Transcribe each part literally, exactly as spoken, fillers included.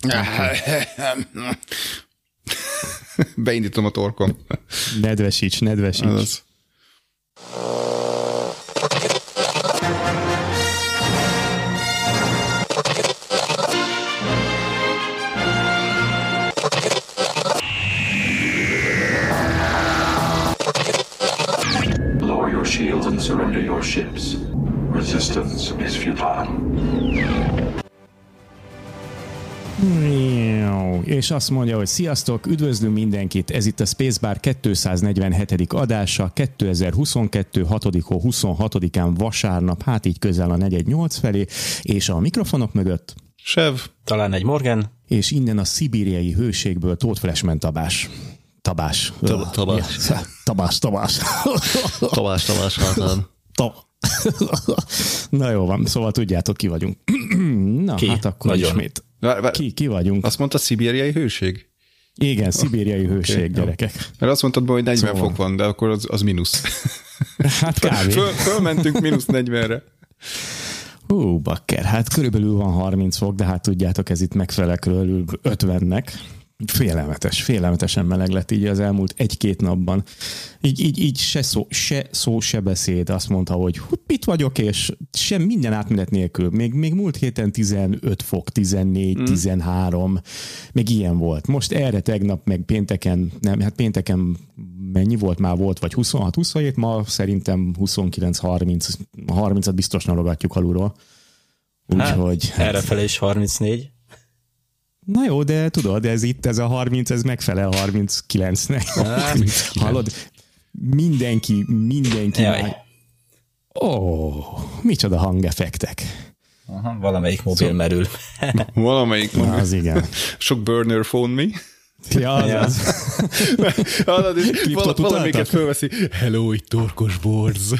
Beindítom a torkom. Nedvesíts, nedvesíts. Az. Lower your shields and surrender your ships. Resistance is futile. És azt mondja, hogy sziasztok, üdvözlünk mindenkit, ez itt a Spacebar kétszáznegyvenhetedik adása, kétezer-huszonkettő. hatodik hó huszonhatodikán vasárnap, hát így közel a negyven nyolc felé, és a mikrofonok mögött Sev, talán egy Morgan, és innen a szibériai hőségből Tóth Flashman Tabás. Tabás. Tabás. Tabás, Tabás. Tabás, Tabás, hátán. Na jó van, szóval tudjátok, ki vagyunk. Na, ki? hát akkor Nagyon. ismét. Ki, ki vagyunk? Azt mondta szibériai hőség? Igen, szibériai oh, hőség, okay, gyerekek. Jó. Mert azt mondtad, hogy negyven szóval. Fok van, de akkor az, az mínusz. Hát kb. Föl, fölmentünk mínusz negyvenre. Hú, bakker, hát körülbelül van harminc fok, de hát tudjátok, ez itt megfelel körülbelül ötvennek. Félelmetes, félelmetesen meleg lett így az elmúlt egy-két napban. Így, így, így se, szó, se szó, se beszéd. Azt mondta, hogy itt vagyok, és sem minden átmenet nélkül. Még, még múlt héten tizenöt fok, tizennégy, mm. tizenhárom, meg ilyen volt. Most erre tegnap, meg pénteken, nem, hát pénteken mennyi volt már volt, vagy huszonhat huszonhét, ma szerintem huszonkilenc harminc, harmincat biztos narogatjuk alulról. Úgyhogy... Hát, errefele is harmincnégy. Na jó, de tudod, ez itt, ez a harminc, ez megfelel harminckilencnek. Hallod? Mindenki, mindenki már... Ó, oh, micsoda hangeffektek. Aha, valamelyik mobil szóval... merül. Valamelyik mobil. Az igen. Sok burner phone mi? Ja, az ja. az. Hallod, és val- valamelyiket fölveszi. Hello, itt torkos borz.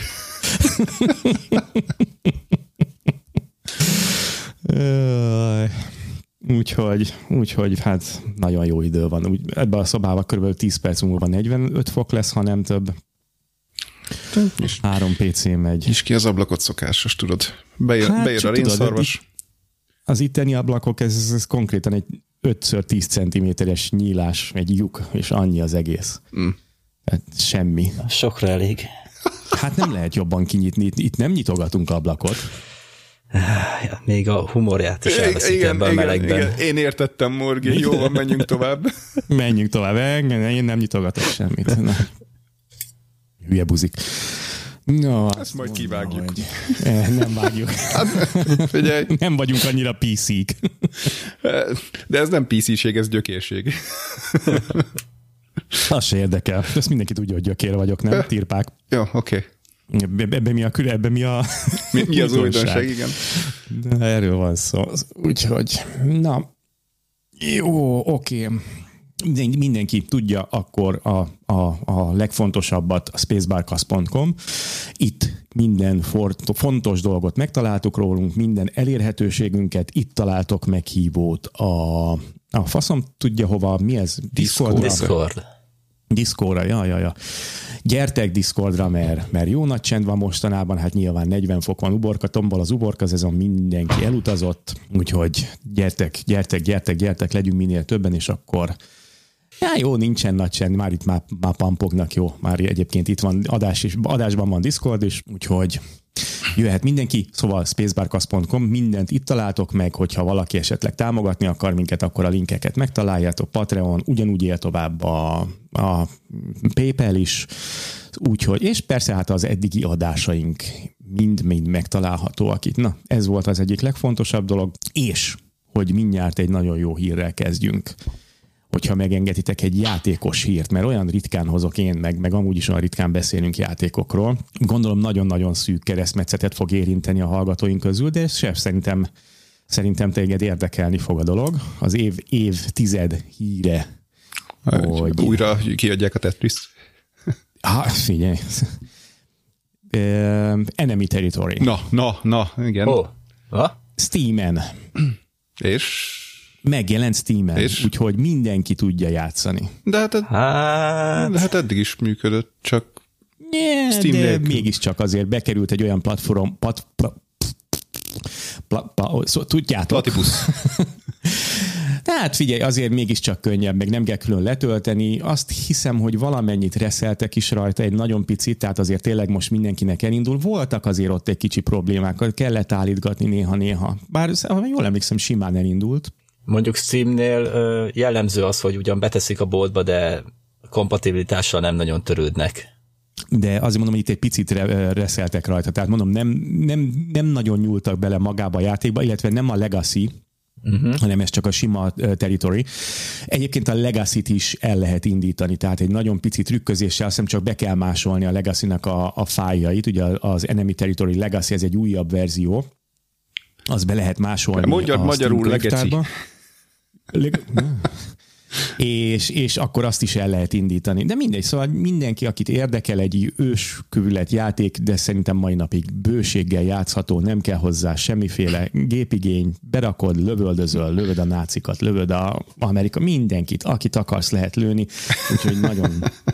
Úgyhogy, úgyhogy hát nagyon jó idő van. Úgy, ebben a szobában kb. tíz perc múlva negyvenöt fok lesz, ha nem több. Három pé cé megy. És ki az ablakot szokásos, tudod. Bejön, hát, bejön a rénszarvas. Az itteni ablakok, ez, ez konkrétan egy öt tíz centiméteres nyílás, egy lyuk, és annyi az egész. Mm. Hát semmi. Sokra elég. Hát nem lehet jobban kinyitni. Itt nem nyitogatunk ablakot. Ja, még a humorját is elveszik ebben a melegben. Igen, én értettem, Morgi. Jó van, menjünk tovább. Menjünk tovább. Én nem nyitogatok semmit. Na. Hülye buzik. No, ezt majd kivágjuk. Hogy... Nem vágjuk. Hát, figyelj. Nem vagyunk annyira pé cék. De ez nem pé cé-ség, ez gyökérség. Az se érdekel. Ezt mindenki tudja, hogy gyökér vagyok, nem? Tirpák. Jó, oké. Okay. Ebben mi a külön, ebben mi a... Mi, mi az újdonság, igen. De erről van szó. Úgyhogy, na, jó, oké. Okay. Mindenki tudja akkor a, a, a legfontosabbat a spacebarcast pont com. Itt minden for, fontos dolgot megtaláltuk rólunk, minden elérhetőségünket, itt találtok meghívót. A, a faszom tudja hova, mi ez? Discord. Discord. Discordra, ja, ja, ja. Gyertek Discordra, mert, mert jó nagy csend van mostanában, hát nyilván negyven fok van uborka, tombol az uborka, ez a mindenki elutazott, úgyhogy gyertek, gyertek, gyertek, gyertek, legyünk minél többen, és akkor já, jó, nincsen nagy csend, már itt már, már pampognak, jó, már egyébként itt van adás is, adásban van Discord is, úgyhogy jöhet mindenki, szóval spacebarcast pont com, mindent itt találtok meg, hogyha valaki esetleg támogatni akar minket, akkor a linkeket megtaláljátok, Patreon, ugyanúgy él tovább a, a PayPal is, úgyhogy, és persze hát az eddigi adásaink mind-mind megtalálhatóak itt. Na, ez volt az egyik legfontosabb dolog, és hogy mindjárt egy nagyon jó hírrel kezdjünk. Hogyha megengeditek egy játékos hírt, mert olyan ritkán hozok én meg, meg amúgy is olyan ritkán beszélünk játékokról. Gondolom nagyon-nagyon szűk keresztmetszetet fog érinteni a hallgatóink közül, de sem szerintem, szerintem téged érdekelni fog a dolog. Az év, évtized híre. Hogy... Újra kiadják a Tetris. Hát figyelj. Uh, Enemy Territory. Na, na, na, igen. Oh. Ha? Steamen. És... Megjelent Steamen, és? Úgyhogy mindenki tudja játszani. De hát, hát... De hát eddig is működött, csak yeah, Steam de nélkül. Mégiscsak azért bekerült egy olyan platform, pat, pla, pla, pla, szó, tudjátok? Platypus. De Hát figyelj, azért mégiscsak könnyebb, meg nem kell külön letölteni. Azt hiszem, hogy valamennyit reszeltek is rajta, egy nagyon picit, tehát azért tényleg most mindenkinek elindul. Voltak azért ott egy kicsi problémák, kellett állítgatni néha-néha. Bár jól emlékszem, simán elindult. Mondjuk Steamnél jellemző az, hogy ugyan beteszik a boltba, de kompatibilitással nem nagyon törődnek. De azért mondom, hogy itt egy picit re- reszeltek rajta. Tehát mondom, nem, nem, nem nagyon nyúltak bele magába a játékba, illetve nem a Legacy, uh-huh. hanem ez csak a sima territory. Egyébként a Legacy-t is el lehet indítani, tehát egy nagyon pici trükközéssel, azt hiszem csak be kell másolni a Legacy-nak a, a fájljait. Ugye az Enemy Territory Legacy, ez egy újabb verzió. Az be lehet másolni. Mondjad magyarul Legacy. Leg- és, és akkor azt is el lehet indítani. De mindegy, szóval mindenki, akit érdekel egy őskövület játék, de szerintem mai napig bőséggel játszható, nem kell hozzá semmiféle gépigény, berakod, lövöldözöl, lövöd a nácikat, lövöd a Amerika, mindenkit, akit akarsz, lehet lőni, úgyhogy nagyon...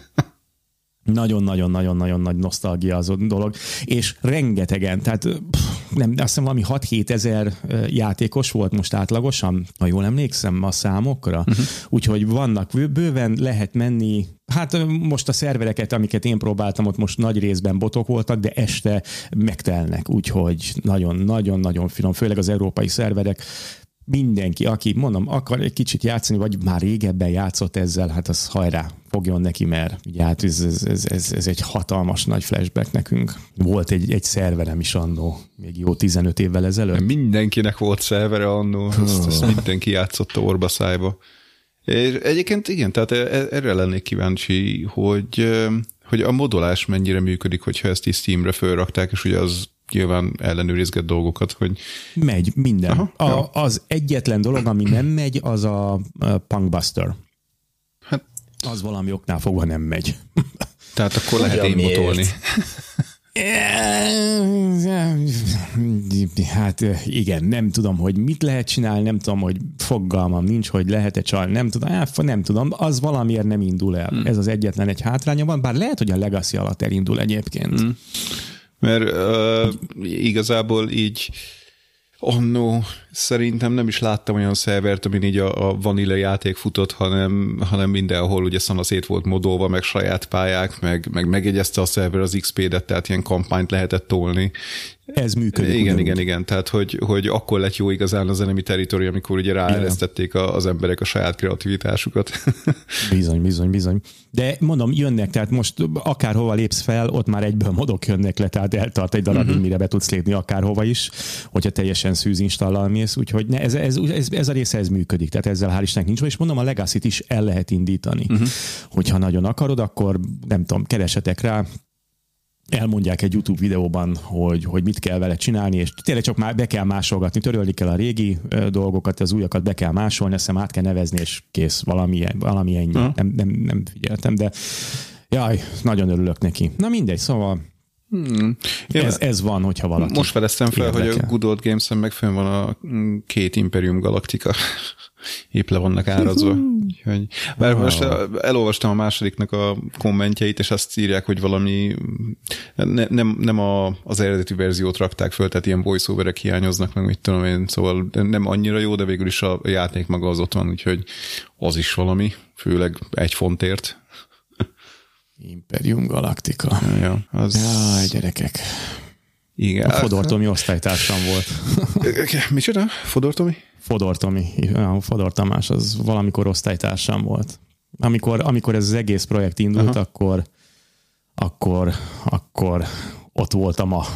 Nagyon-nagyon-nagyon-nagyon nagy nosztalgia az a dolog, és rengetegen, tehát pff, nem, azt hiszem valami hat-hét ezer játékos volt most átlagosan, ha jól emlékszem a számokra, uh-huh. úgyhogy vannak, bőven lehet menni, hát most a szervereket, amiket én próbáltam, ott most nagy részben botok voltak, de este megtelnek, úgyhogy nagyon-nagyon-nagyon finom, főleg az európai szerverek. Mindenki, aki, mondom, akar egy kicsit játszani, vagy már régebben játszott ezzel, hát az hajrá, fogjon neki, mert ugye hát ez, ez, ez, ez egy hatalmas nagy flashback nekünk. Volt egy, egy szerverem is annó, még jó tizenöt évvel ezelőtt. Mindenkinek volt szervere annó, ezt, ezt mindenki játszotta orba szájba. És egyébként igen, tehát erre lennék kíváncsi, hogy, hogy a modolás mennyire működik, hogyha ezt is Steamre fölrakták, és ugye az nyilván ellenőrizget dolgokat, hogy... Megy minden. Aha, a, ja. Az egyetlen dolog, ami nem megy, az a, a Punkbuster. Hát... Az valami oknál fogva nem megy. Tehát akkor lehet én botolni. Hát igen, nem tudom, hogy mit lehet csinálni, nem tudom, hogy fogalmam nincs, hogy lehet-e csalni, nem tudom, nem tudom, az valamiért nem indul el. Hmm. Ez az egyetlen egy hátránya van, bár lehet, hogy a Legacy alatt elindul egyébként. Hmm. Mert uh, igazából így annó szerintem nem is láttam olyan szervert, amin így a, a vanilla játék futott, hanem, hanem mindenhol ugye szanaszét volt modolva, meg saját pályák, meg, meg megjegyezte a szerver az iksz pé-det, tehát ilyen kampányt lehetett tolni. Ez működik. Igen, ugyanúgy. igen, igen. Tehát, hogy, hogy akkor lett jó igazán az Enemy Territory, amikor ugye ráeresztették az emberek a saját kreativitásukat. Bizony, bizony, bizony. De mondom, jönnek, tehát most akárhova lépsz fel, ott már egyből modok jönnek le, tehát eltart egy darabig, uh-huh. mire be tudsz lépni akárhova is, hogyha teljesen szűzinstallal mész, úgyhogy ne, ez, ez, ez, ez a része ez működik, tehát ezzel hál' Istennek nincs, és mondom, a Legacy-t is el lehet indítani. Uh-huh. Hogyha nagyon akarod, akkor nem tudom, keresetek rá, elmondják egy YouTube videóban, hogy, hogy mit kell vele csinálni, és tényleg csak már be kell másolgatni, törölni kell a régi dolgokat, az újakat be kell másolni, azt hiszem át kell nevezni, és kész, valami, valami ennyi. Uh-huh. Nem, nem, nem figyeltem, de jaj, nagyon örülök neki. Na mindegy, szóval hmm. ez, ez van, hogyha valaki most feleztem fel, érdekel. Hogy a Good Old Games-en meg fönn van a két Imperium Galactica. Épp le vannak árazva. Úgyhogy, bár wow. most elolvastam a másodiknak a kommentjeit, és azt írják, hogy valami ne, nem, nem a, az eredeti verziót rakták föl, tehát ilyen voice-overek hiányoznak, meg mit tudom én, szóval nem annyira jó, de végül is a játék maga az ott van, úgyhogy az is valami, főleg egy fontért. Imperium Galactica. Ja, az... Jaj, gyerekek. Igen. A Fodor Tomi osztálytársam volt. Micsoda? Fodor Tomi? Fodor Tomi. Ja, Fodor Tamás, az valamikor osztálytársam volt. Amikor, amikor ez az egész projekt indult, Aha. akkor akkor, akkor ott voltam a,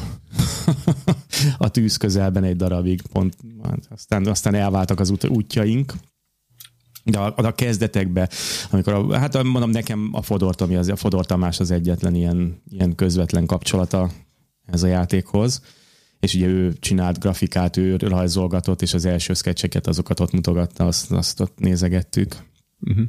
a tűz közelben egy darabig, pont, aztán, aztán elváltak az út, útjaink. De a, a kezdetekben, amikor, a, hát mondom, nekem a Fodor Tomi, az, a Fodor Tamás az egyetlen ilyen, ilyen közvetlen kapcsolata ez a játékhoz, és ugye ő csinált grafikát, ő rajzolgatott, és az első szkecseket azokat ott mutogatta, azt, azt ott nézegettük. Uh-huh.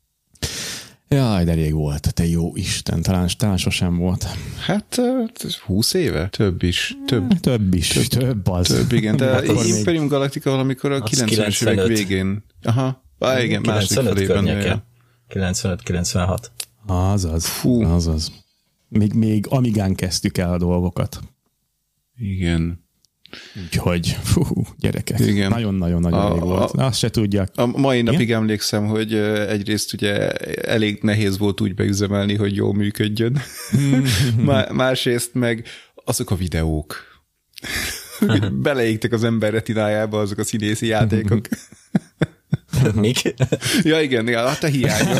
Jaj, de rég volt, te jó Isten, talán, talán sosem volt. Hát húsz éve? Több is. Több, több is, több, több az. Több, igen, de Imperium Galactica valamikor a kilencvenes évek végén. Aha, ah, igen, másik felében. kilencvenöt kilencvenhat Azaz, Fú. azaz. Még, még Amigán kezdtük el a dolgokat. Igen. Úgyhogy, fú, gyerekek, igen. nagyon-nagyon-nagyon elég volt. Azt se tudják. A mai napig igen? emlékszem, hogy egyrészt ugye elég nehéz volt úgy beüzemelni, hogy jól működjön. Másrészt meg azok a videók. Beleégtek az ember retinájába azok a színészi játékok. Mik? Ja igen, ja, hát a hiánya.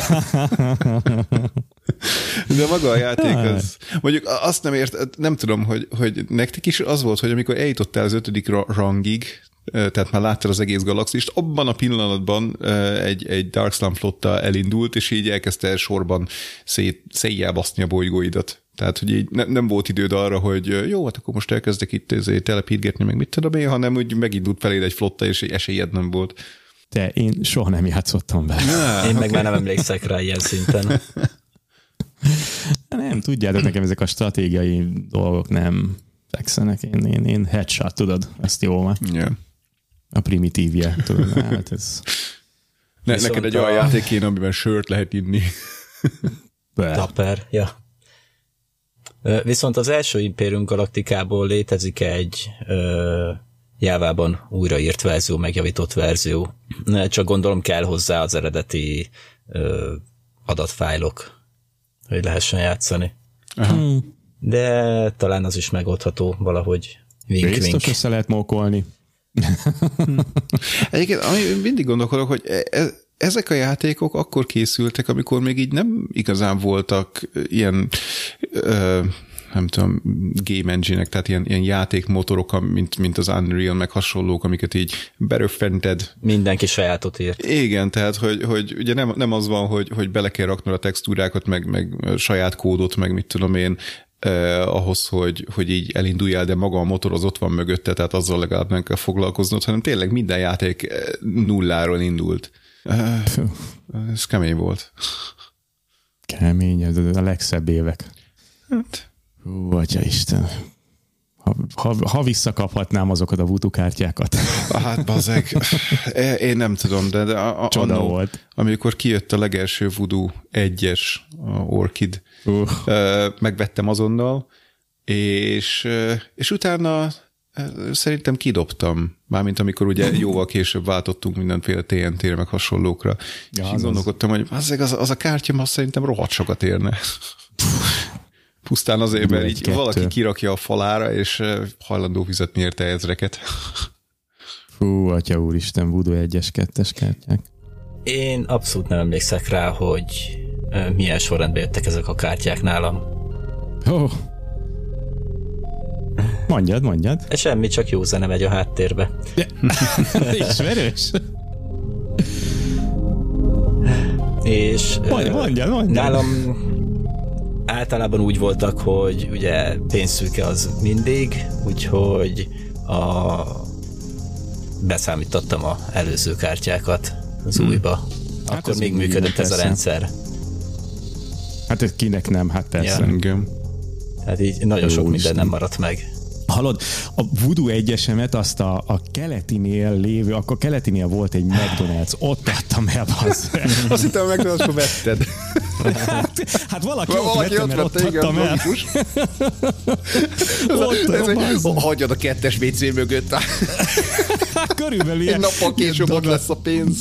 De maga a játék az... Mondjuk azt nem ért, nem tudom, hogy, hogy nektek is az volt, hogy amikor eljutottál az ötödik rangig, tehát már láttad az egész galaxist, abban a pillanatban egy, egy Darkslan flotta elindult, és így elkezdte sorban szét, szétjábaszni a bolygóidat. Tehát, hogy így ne, nem volt időd arra, hogy jó, hát akkor most elkezdek itt telepítgetni, meg mit tudom én, hanem úgy megindult feléd egy flotta, és esélyed nem volt. De én soha nem játszottam vele. Ja, én okay. meg már nem emlékszek rá ilyen szinten. Nem, tudjátok, nekem ezek a stratégiai dolgok nem fekszenek. Én, én, én headshot, tudod, ezt jól van. Yeah. A primitívje, tudod, hát ez... Ne, neked egy a... olyan játék kéne, amiben sört lehet inni. Dapper, ja. Viszont az első Imperium Galaktikából létezik egy ö, Jávában újraírt verzió, megjavított verzió. Csak gondolom kell hozzá az eredeti ö, adatfájlok, hogy lehessen játszani. Aha. De talán az is megoldható valahogy. Wink, Biztos wink. össze lehet mókolni. Egyébként ami mindig gondolkodok, hogy e- ezek a játékok akkor készültek, amikor még így nem igazán voltak ilyen ö, nem tudom, game engine-ek, tehát ilyen, ilyen játékmotorok, mint, mint az Unreal, meg hasonlók, amiket így beröffented. Mindenki sajátot írt. Igen, tehát, hogy, hogy ugye nem, nem az van, hogy, hogy bele kell raknod a textúrákat, meg, meg saját kódot, meg mit tudom én, eh, ahhoz, hogy, hogy így elinduljál, de maga a motor az ott van mögötte, tehát azzal legalább nem kell foglalkoznod, hanem tényleg minden játék nulláról indult. Eh, ez kemény volt. Kemény, ez a legszebb évek. Hát... Hú, atyaisten. Ha, ha, ha visszakaphatnám azokat a voodoo kártyákat. Hát bazeg, én nem tudom, de, de a, a, Csoda annó, volt. amikor kijött a legelső Voodoo egyes, a Orchid, uh. megvettem azonnal, és, és utána szerintem kidobtam. Mármint amikor ugye jóval később váltottunk mindenféle té en té-re, meg hasonlókra. Ja, és így gondolkodtam, hogy bazeg, az, az a kártya azt szerintem rohadt sokat érne. Pusztán azért, mert így kettő. Valaki kirakja a falára, és hajlandó fizetni érte ezreket. Fú, atya úristen, Voodoo egyes, kettes kártyák. Én abszolút nem emlékszek rá, hogy milyen sorrendben jöttek ezek a kártyák nálam. Oh. Mondjad, mondjad. Semmi, csak jó zene megy a háttérbe. Ismerős? És mondjad, mondjad, mondjad. Nálam általában úgy voltak, hogy ugye pénzszűke az mindig, úgyhogy a... beszámítottam az előző kártyákat az hmm. újba. Akkor hát még működött ez persze. A rendszer. Hát ez kinek nem, hát persze. Ja. Hát így nagyon Jó sok minden Isten. Nem maradt meg. Hallod, a Voodoo egyesemet azt a, a keletinél lévő, akkor keletinél volt egy McDonald's, ott adtam el az. Azt hittem a McDonald's-ba vetted. Hát, hát valaki, valaki ott vette, mert ott adtam el. ott, hagyjad a kettes vé cé mögött. Körülbelül ilyen. Egy nappal később ott lesz a pénz.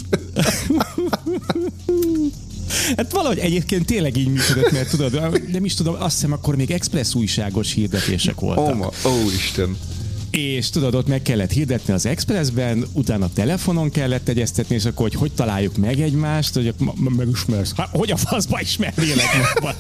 Hát valahogy egyébként tényleg így működött, mert tudod, nem is tudom, azt hiszem akkor még Express újságos hirdetések voltak. Ó, oh, oh, Isten. És tudod, ott meg kellett hirdetni az Expressben, utána telefonon kellett egyeztetni, és akkor, hogy hogy találjuk meg egymást, hogy megismersz. Hát, hogy a faszba ismerjélek meg?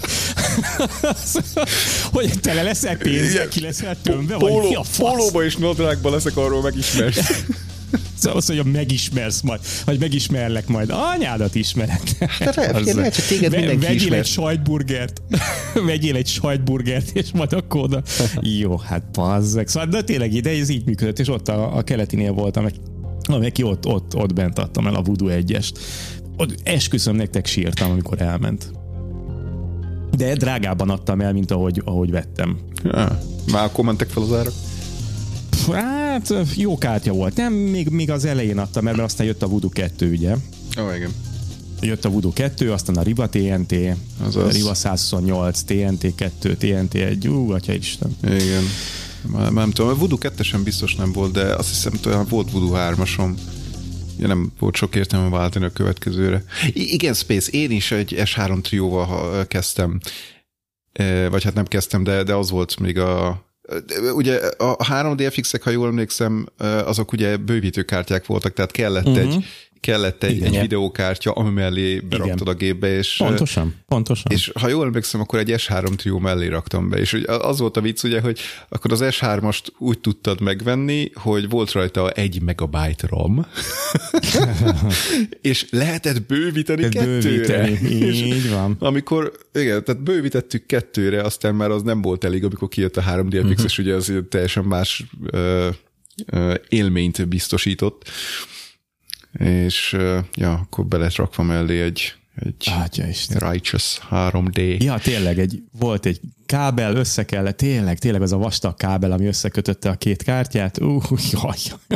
Hogy tele leszel pénzzel, ki leszel tömve, vagy mi a fasz? Pólóba és nadrágban leszek, arról megismersz. Szóval azt mondja, megismersz majd, vagy megismerlek majd. Anyádat ismerek. Hát lehet, hogy téged mindenki Vegyél ismer. egy sajtburgert. Vegyél egy sajtburgert, és majd akkor oda. Jó, hát bazzeg. Szóval, de tényleg ide ez így működött, és ott a, a keletinél voltam, amelyek ott, ott, ott bent adtam el a Voodoo egyest. Ott esküszöm, nektek sírtam, amikor elment. De drágában adtam el, mint ahogy, ahogy vettem. Ja, már akkor mentek fel az árak? Hát jó kártya volt. Nem, még, még az elején adtam, mert aztán jött a Voodoo kettő, ugye? Ó, oh, igen. Jött a Voodoo kettő, aztán a Riva té en té, a Riva száz huszonnyolc, té en té kettő, té en té egy, ú, atya Isten. Igen. Már nem tudom, a Voodoo kettesen biztos nem volt, de azt hiszem, talán volt Voodoo hármasom. Ja, nem volt sok értelme váltani a következőre. I- igen, Space, én is egy es három trióval kezdtem. E, vagy hát nem kezdtem, de, de az volt még a... Ugye a három dé ef iksz-ek, ha jól emlékszem, azok ugye bővítőkártyák voltak, tehát kellett uh-huh. egy kellett egy, egy videókártya, ami mellé beraktad igen. a gépbe, és... Pontosan, pontosan. És ha jól emlékszem, akkor egy es három trió mellé raktam be, és az volt a vicc, ugye, hogy akkor az es hármast úgy tudtad megvenni, hogy volt rajta egy megabyte RAM, és lehetett bővíteni kettőre. Így van. Amikor, igen, tehát bővítettük kettőre, aztán már az nem volt elég, amikor kijött a három dé ef iksz, uh-huh. és ugye az teljesen más uh, uh, élményt biztosított. És ja, akkor be lett rakva mellé egy, egy Righteous három dé. Ja, tényleg, egy, volt egy kábel, össze kellett, tényleg, tényleg az a vastag kábel, ami összekötötte a két kártyát. Uh, jaj.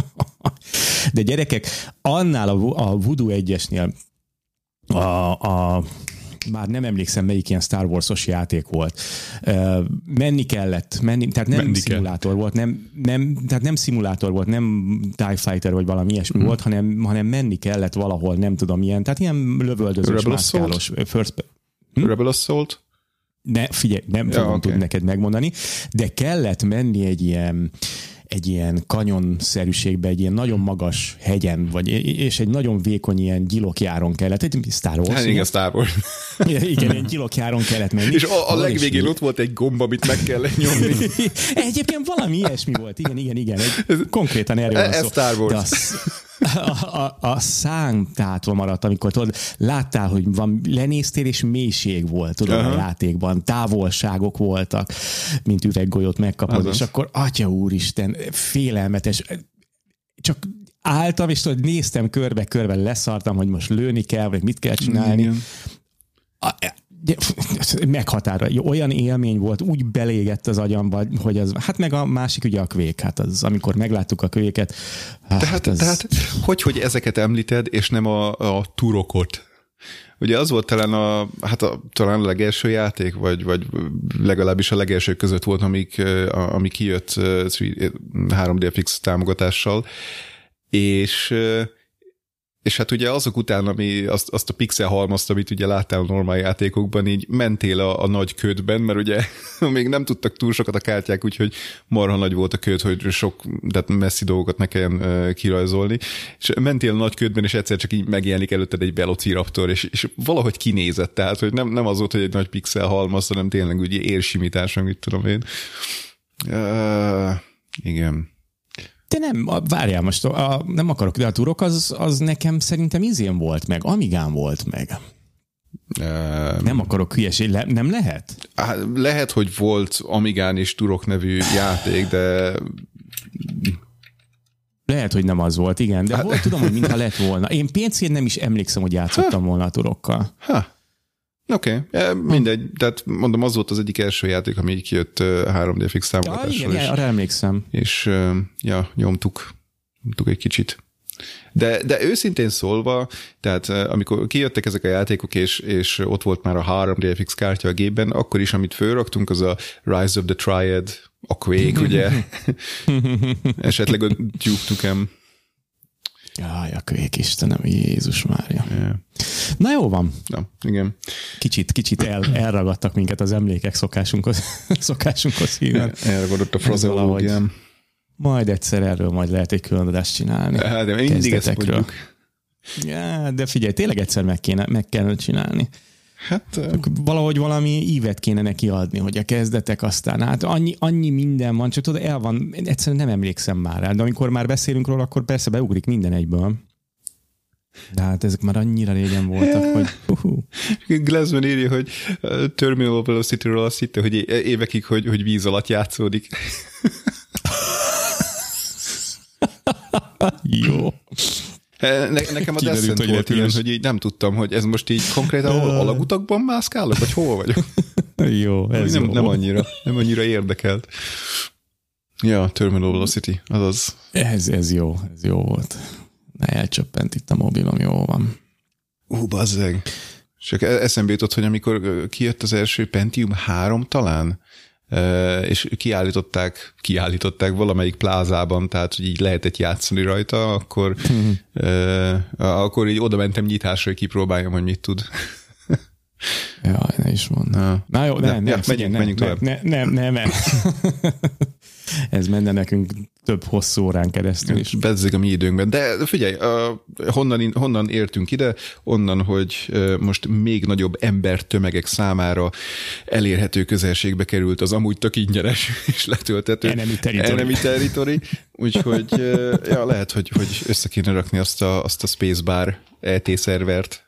De gyerekek, annál a, a Voodoo egyesnél a, a már nem emlékszem, melyik ilyen Star Wars-os játék volt. Uh, menni kellett, menni, tehát nem menni szimulátor kell. volt, nem, nem, tehát nem szimulátor volt, nem TIE Fighter vagy valami ilyesmi mm. volt, hanem, hanem menni kellett valahol, nem tudom, ilyen, tehát ilyen lövöldözős, mászkálós. First... Hm? Rebel Assault? Ne, figyelj, nem ja, fogom okay. tudni neked megmondani, de kellett menni egy ilyen egy ilyen kanyonszerűségbe, egy ilyen nagyon magas hegyen, vagy, és egy nagyon vékony ilyen gyilokjáron kellett, egy Star Wars. Hát igen, Star Wars. Igen, egy gyilokjáron kellett menni. És a, a legvégén és ott volt egy gomba, amit meg kellett nyomni. Egyébként valami ilyesmi volt, igen, igen, igen. Egy, konkrétan erről van szó. Star Wars. De az, a, a, a szám tátva maradt, amikor tudod, láttál, hogy van, lenéztél, és mélység volt, tudod, uh-huh. a játékban. Távolságok voltak, mint üveggolyót megkapod, azaz. És akkor, atya úristen, félelmetes. Csak álltam, és tudod, néztem körbe-körbe, leszartam, hogy most lőni kell, vagy mit kell csinálni. Igen. A, meghatározó. Olyan élmény volt, úgy belégett az agyamba, hogy az, hát meg a másik ugye a Quake, hát az, amikor megláttuk a Quake-et. Hát tehát, az... tehát hogy, hogy ezeket említed, és nem a, a turokot? Ugye az volt talán a, hát a, talán a legelső játék, vagy, vagy legalábbis a legelső között volt, amik, ami kijött három dé ef iksz támogatással, és És hát ugye azok után, ami azt, azt a pixel halmazt, amit ugye láttál a normál játékokban, így mentél a, a nagy ködben, mert ugye még nem tudtak túl sokat a kártyák, úgyhogy marha nagy volt a köd, hogy sok, tehát messzi dolgokat ne kelljen uh, kirajzolni. És mentél a nagy ködben, és egyszer csak így megjelenik előtted egy Velociraptor, és, és valahogy kinézett, tehát hogy nem, nem az volt, hogy egy nagy pixel halmaz, hanem tényleg ugye érsimítás, mit tudom én. Uh, igen. De nem, várjál most, a, nem akarok, de a turok az, az nekem szerintem izén volt meg, Amigán volt meg. Um, nem akarok hülyeség, le, nem lehet? Lehet, hogy volt Amigán is turok nevű játék, de... Lehet, hogy nem az volt, igen, de hol tudom, hogy mintha lett volna. Én pé cén nem is emlékszem, hogy játszottam ha. volna a turokkal. Ha. Oké, okay. Mindegy, tehát mondom, az volt az egyik első játék, ami így kijött három dé ef iksz támogatással. Ja, igen, arra emlékszem. És ja, nyomtuk, nyomtuk egy kicsit. De, de őszintén szólva, tehát amikor kijöttek ezek a játékok, és, és ott volt már a három dé ef iksz kártya a gépben, akkor is, amit fölraktunk, az a Rise of the Triad, a Quake, ugye? Esetleg a Duke Nukem. Jaj, a Quake, Istenem, Jézus Mária. Yeah. Na jó van. Na, igen. Kicsit, kicsit el, elragadtak minket az emlékek szokásunkhoz, szokásunkhoz híven. Elragadott a frazológiám. Majd egyszer erről majd lehet egy külön adást csinálni. Ja, de mindig ezt mondjuk. Ja, de figyelj, tényleg egyszer meg, kéne, meg kellene csinálni. Hát, valahogy valami ívet kéne neki adni, hogy a kezdetek aztán, hát annyi, annyi minden van, csak tudod, el van, egyszerűen nem emlékszem már rá, de amikor már beszélünk róla, akkor persze beugrik minden egyből. De hát ezek már annyira régen voltak, hogy... Uh-huh. Glassman írja, hogy Terminal Velocity-ről azt hitte, hogy évekig, hogy, hogy víz alatt játszódik. Jó. Ne, nekem a Descent volt ilyen, hogy így nem tudtam, hogy ez most így konkrétan alagutakban mászkálok, vagy hol vagyok? Jó, ez nem, jó. Nem annyira, nem annyira érdekelt. Ja, Terminal Velocity, azaz. Ez, ez jó, ez jó volt. Ne elcsöppent itt a mobilom, jó van. Ú, uh, bazzeg. Csak eszembe jutott, hogy amikor kijött az első Pentium három talán, és kiállították, kiállították valamelyik plázában, tehát hogy így lehetett játszani rajta, akkor, uh, akkor így oda mentem nyitásra, hogy kipróbáljam, hogy mit tud. Jaj, ne is mond. Na, Na jó, ne, ne, ne, ja, menjünk, ne, menjünk ne, tovább. Ne, ne, ne, ne. Ez menne nekünk több hosszú órán keresztül is. Bezzeg a mi időnkben. De figyelj, uh, honnan, honnan értünk ide? Onnan, hogy uh, most még nagyobb embertömegek számára elérhető közelségbe került az amúgy tök ingyenes és letöltető Enemy Territory. Enemy Territory. Úgyhogy uh, ja, lehet, hogy, hogy össze kéne rakni azt a, azt a Spacebar é té szervert.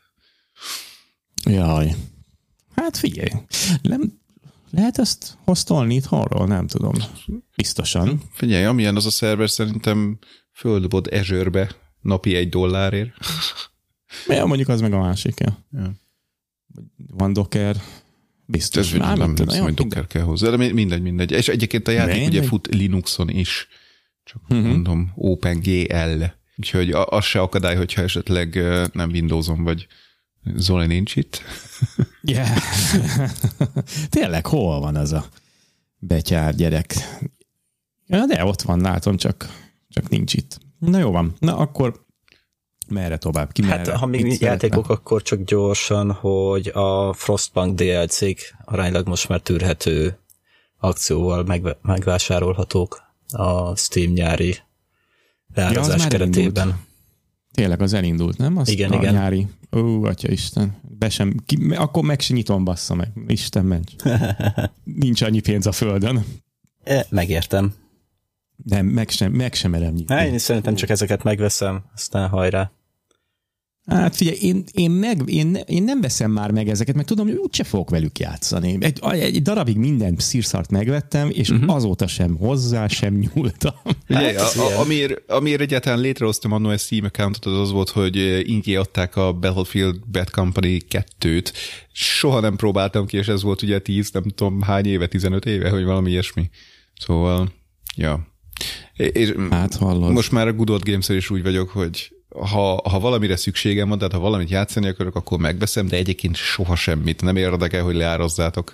Jaj. Hát figyelj, nem, lehet ezt hoztolni itthonról? Nem tudom. Biztosan. Figyelj, amilyen az a szerver, szerintem földobod Azure-be napi egy dollárért. Ja, mondjuk az meg a másik. Ja. Ja. Van Docker. Biztos. Ez nem, nem, nem tudom, hogy Docker kell hozzá, de mindegy, mindegy. És egyébként a játék mindegy. Ugye fut Linuxon is. Csak uh-huh. mondom, OpenGL. Úgyhogy az se akadály, hogyha esetleg nem Windowson vagy Zoli nincs itt. Yeah. Tényleg, hol van az a betyár gyerek? Ja, de ott van, látom, csak, csak nincs itt. Na jó van. Na akkor merre tovább? Ki hát merre? ha még Mit játékok, szeretne? akkor csak gyorsan, hogy a Frostpunk dé el cé-k aránylag most már tűrhető akcióval megve- megvásárolhatók a Steam nyári leárazás ja, keretében. Elindult. Tényleg az elindult, nem? Az igen, a igen. Nyári. Ó, atya Isten. Be sem, ki, akkor meg se nyitom, bassza meg. Isten ments. Nincs annyi pénz a földön. E, megértem. Nem, meg sem, meg sem merem nyitni. Hát, én szerintem csak ezeket megveszem, aztán hajrá. Hát figyelj, én, én, meg, én, én nem veszem már meg ezeket, meg tudom, hogy úgyse fogok velük játszani. Egy, egy darabig minden szírszart megvettem, és uh-huh. azóta sem hozzá, sem nyúltam. Ugye, Hát, a, a, amiért, amiért egyáltalán létrehoztam annól egy Steam accountot, az az volt, hogy ingyen adták a Battlefield Bad Company kettőt. Soha nem próbáltam ki, és ez volt ugye tíz, nem tudom hány éve, tizenöt éve, hogy valami ilyesmi. Szóval, ja. És hát hallod. Most már a Good Old Games-el is úgy vagyok, hogy ha, ha valamire szükségem van, tehát ha valamit játszani akarok, akkor megveszem, de egyébként soha semmit. Nem érdekel, hogy leározzátok.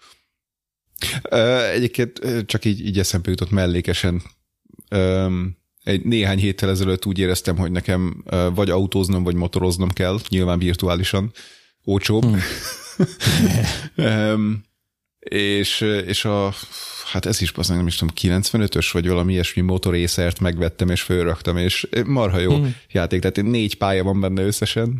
Egyébként csak így, így eszembe jutott mellékesen. Egy néhány héttel ezelőtt úgy éreztem, hogy nekem vagy autóznom, vagy motoroznom kell, nyilván virtuálisan. Olcsóbb. Hmm. és, és a hát ez is bazdmeg, nem is tudom, kilencvenötös vagy valami ilyesmi motorészert megvettem, és fölraktam, és marha jó mm. játék, tehát négy pálya van benne összesen.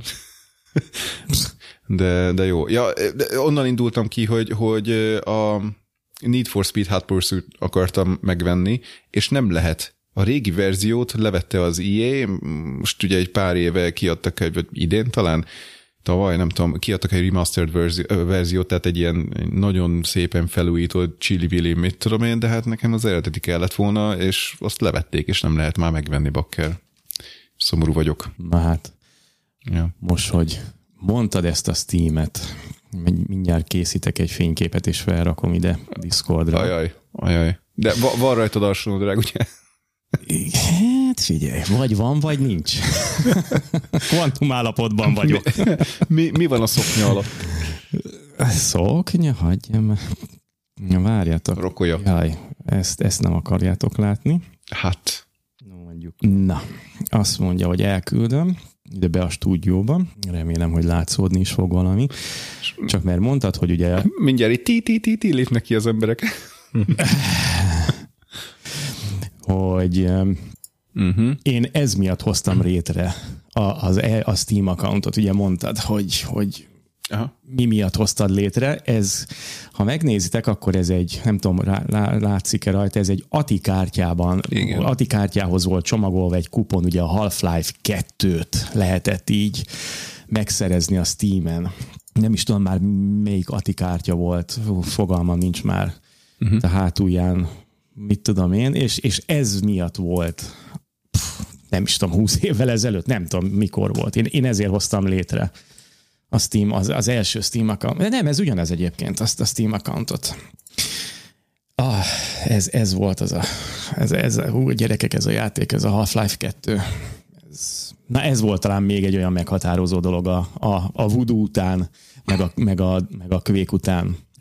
de, de jó. Ja, de onnan indultam ki, hogy, hogy a Need for Speed Hot Pursuit akartam megvenni, és nem lehet. A régi verziót levette az í á, most ugye egy pár éve kiadtak egy, idén talán, tavaly, nem tudom, kiadtak egy remastered verzi- verziót, tehát egy ilyen nagyon szépen felújított chili-willi, mit tudom én, de hát nekem az eredeti kellett volna, és azt levették, és nem lehet már megvenni, bakker. Szomorú vagyok. Na hát, ja. Most, hogy mondtad ezt a Steam-et, mindjárt készítek egy fényképet, és felrakom ide a Discordra. Ajaj, ajaj. De va- van rajtad alsónadrág, ugye? Hát figyelj, vagy van, vagy nincs. Kvantum állapotban vagyok. mi, mi van a szoknya alatt? Szoknya? Hagyjam. Várjátok. Rokolja. Jaj, ezt, ezt nem akarjátok látni. Hát. Mondjuk. Na, azt mondja, hogy elküldöm ide be a stúdióba. Remélem, hogy látszódni is fog valami. Csak mert mondtad, hogy ugye... Mindjárt itt ti-ti-ti-ti lépnek ki az emberek. hogy uh-huh. én ez miatt hoztam létre a, az, a Steam accountot. Ugye mondtad, hogy, hogy aha. mi miatt hoztad létre. Ez, ha megnézitek, akkor ez egy, nem tudom, rá, látszik-e rajta, ez egy á té i kártyában, á té i kártyához volt csomagolva egy kupon, ugye a Half-Life kettőt lehetett így megszerezni a Steamen. Nem is tudom már, melyik á té i kártya volt, fogalmam nincs már. Uh-huh. A hátulján mit tudom én, és, és ez miatt volt, pff, nem is tudom, húsz évvel ezelőtt, nem tudom, mikor volt. Én, én ezért hoztam létre a Steam, az, az első Steam account. De nem, ez ugyanez egyébként, azt a Steam accountot. Ah, ez, ez volt az a, ez, ez, hú, gyerekek, ez a játék, ez a Half-Life kettő. Ez, na ez volt talán még egy olyan meghatározó dolog a, a, a Voodoo után, meg a, meg a, meg a Quake után,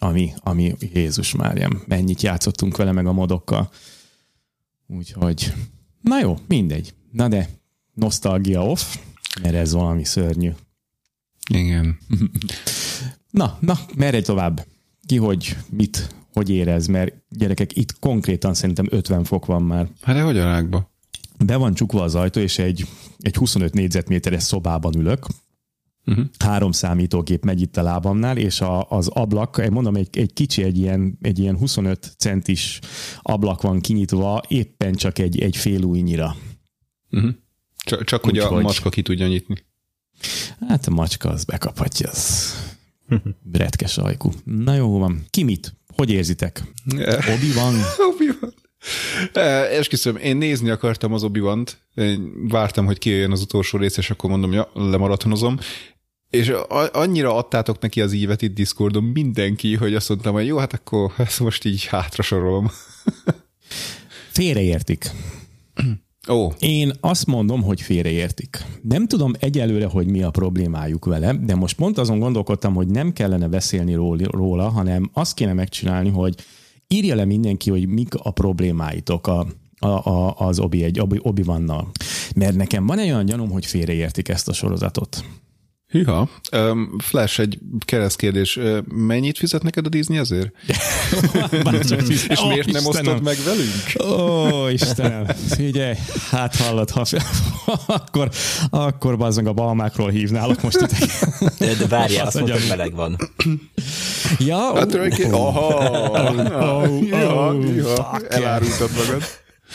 ami, ami Jézus Máriám, mennyit játszottunk vele meg a modokkal. Úgyhogy, na jó, mindegy. Na de, nosztalgia off, mert ez valami szörnyű. Igen. Na, na, merre tovább? Ki, hogy mit, hogy érez, mert gyerekek, itt konkrétan szerintem ötven fok van már. Hát de hogy a rákba? Be van csukva az ajtó, és egy, egy huszonöt négyzetméteres szobában ülök. Uh-huh. Három számítógép megy itt a lábamnál, és a, az ablak, mondom, egy, egy kicsi, egy ilyen, egy ilyen huszonöt centis ablak van kinyitva, éppen csak egy, egy fél ujjnyira. Uh-huh. Csak, csak hogy a hogy... macska ki tudja nyitni. Hát a macska az bekaphatja, az retkes ajkú. Na jó van. Ki mit? Hogy érzitek? Obi-Wan? Obi-Wan. Esküszöm, én nézni akartam az Obi-Want, vártam, hogy kijöjjön az utolsó rész, és akkor mondom, ja, lemaratonozom, és annyira adtátok neki az ívet itt Discordon mindenki, hogy azt mondtam, hogy jó, hát akkor ezt most így hátra sorolom. Félreértik. Ó. Én azt mondom, hogy félreértik. Nem tudom egyelőre, hogy mi a problémájuk vele, de most pont azon gondolkodtam, hogy nem kellene beszélni róla, hanem azt kéne megcsinálni, hogy írja le mindenki, hogy mik a problémáitok a, a, a, az Obi egy Obi-Wannal. Mert nekem van egy olyan gyanúm, hogy félreértik ezt a sorozatot. Hűha. Um, Flash, egy keresztkérdés. Mennyit fizet neked a Disney ezért? És oh, miért nem Istenem. osztod meg velünk? Ó, Istenem. Figyelj, hát hallod, ha akkor, akkor bazzag a balmákról hívnálok most itt. De, de várjál, azt mondta, hogy meleg van. Ja, hát, oh, oh, aha. Oh, ja, oh, ja, elárultad magad.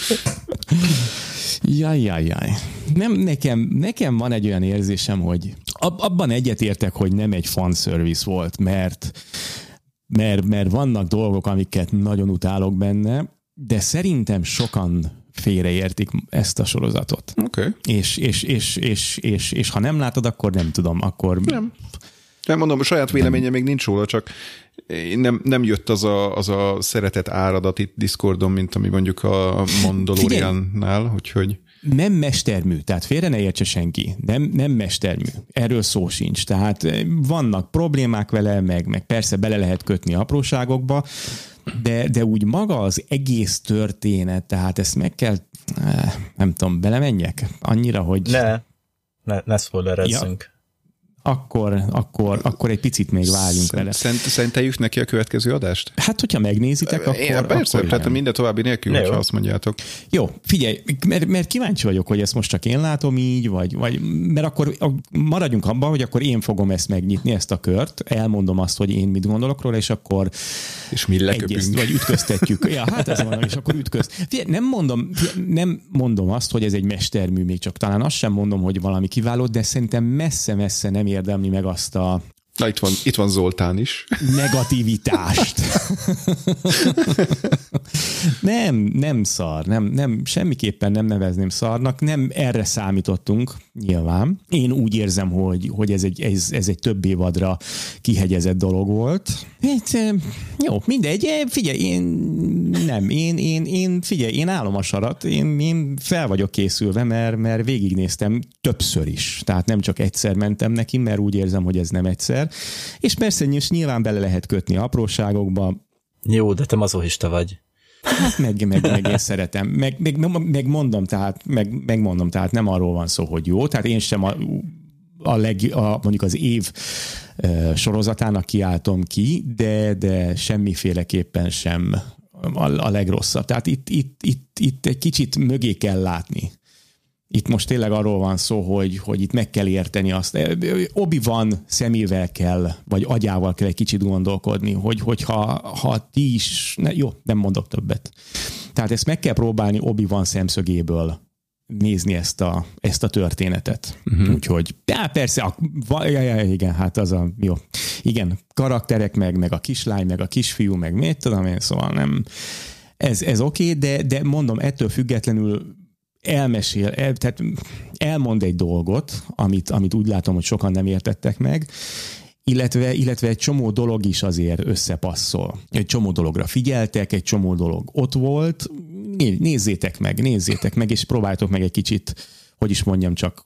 Jaj, jaj, jaj. Nem, nekem, nekem van egy olyan érzésem, hogy ab, abban egyetértek, hogy nem egy fanservice volt, mert, mert, mert vannak dolgok, amiket nagyon utálok benne, de szerintem sokan félreértik ezt a sorozatot. Oké. Okay. És, és, és, és, és, és ha nem látod, akkor nem tudom, akkor... Nem. Nem mondom, a saját véleménye még nincs róla, csak nem, nem jött az a, az a szeretet áradat itt Discordon, mint ami mondjuk a Mandaloriannál, úgyhogy... Nem mestermű, tehát félre ne értse senki. Nem, nem mestermű. Erről szó sincs. Tehát vannak problémák vele, meg, meg persze bele lehet kötni apróságokba, de, de úgy maga az egész történet, tehát ezt meg kell, nem tudom, belemenjek? Annyira, hogy... Ne, ne, ne spoilerezzünk. Ja. Akkor, akkor, akkor egy picit még várjunk vele. Szent, szenteljük neki a következő adást? Hát, hogyha megnézitek, akkor... Én, persze, akkor hát minden további nélkül, ne, hogyha jó. azt mondjátok. Jó, figyelj, mert, mert kíváncsi vagyok, hogy ezt most csak én látom így, vagy, vagy mert akkor maradjunk abban, hogy akkor én fogom ezt megnyitni, ezt a kört, elmondom azt, hogy én mit gondolok róla, és akkor és mi leköpünk. Egyezt, vagy ütköztetjük. Ja, hát ez van, és akkor ütközt. Figyelj, nem mondom, figyelj, nem mondom azt, hogy ez egy mestermű, még csak talán azt sem mondom, hogy valami kiváló, de szerintem messze-messze nem érdemli meg azt a Na, itt van, itt van Zoltán is. Negativitást. nem, nem szar, nem, nem, semmiképpen nem nevezném szarnak, nem erre számítottunk, nyilván. Én úgy érzem, hogy, hogy ez, egy, ez, ez egy több évadra kihegyezett dolog volt. Hát, jó, mindegy, figyelj, én nem, én, én, én figyelj, én állom a sarat, én, én fel vagyok készülve, mert, mert végignéztem többször is. Tehát nem csak egyszer mentem neki, mert úgy érzem, hogy ez nem egyszer. És persze nyilván bele lehet kötni apróságokba. Jó, de te mazochista vagy. Hát meg, meg, meg én szeretem. Meg, meg, meg mondom, tehát, meg, megmondom, tehát nem arról van szó, hogy jó. Tehát én sem a, a, leg, a mondjuk az év uh, sorozatának kiáltom ki, de, de semmiféleképpen sem a, a legrosszabb. Tehát itt, itt, itt, itt egy kicsit mögé kell látni. Itt most tényleg arról van szó, hogy, hogy itt meg kell érteni azt. Obi-Wan szemével kell, vagy agyával kell egy kicsit gondolkodni, hogy, hogyha ha ti is... Ne, jó, nem mondok többet. Tehát ezt meg kell próbálni Obi-Wan szemszögéből nézni ezt a, ezt a történetet. Uh-huh. Úgyhogy, ja, persze, a, ja, ja, igen, hát az a jó. Igen, karakterek, meg, meg a kislány, meg a kisfiú, meg mit tudom én, szóval nem... Ez, ez oké, okay, de, de mondom, ettől függetlenül elmesél, el, tehát elmond egy dolgot, amit, amit úgy látom, hogy sokan nem értettek meg, illetve, illetve egy csomó dolog is azért összepasszol. Egy csomó dologra figyeltek, egy csomó dolog ott volt, nézzétek meg, nézzétek meg, és próbáljátok meg egy kicsit, hogy is mondjam, csak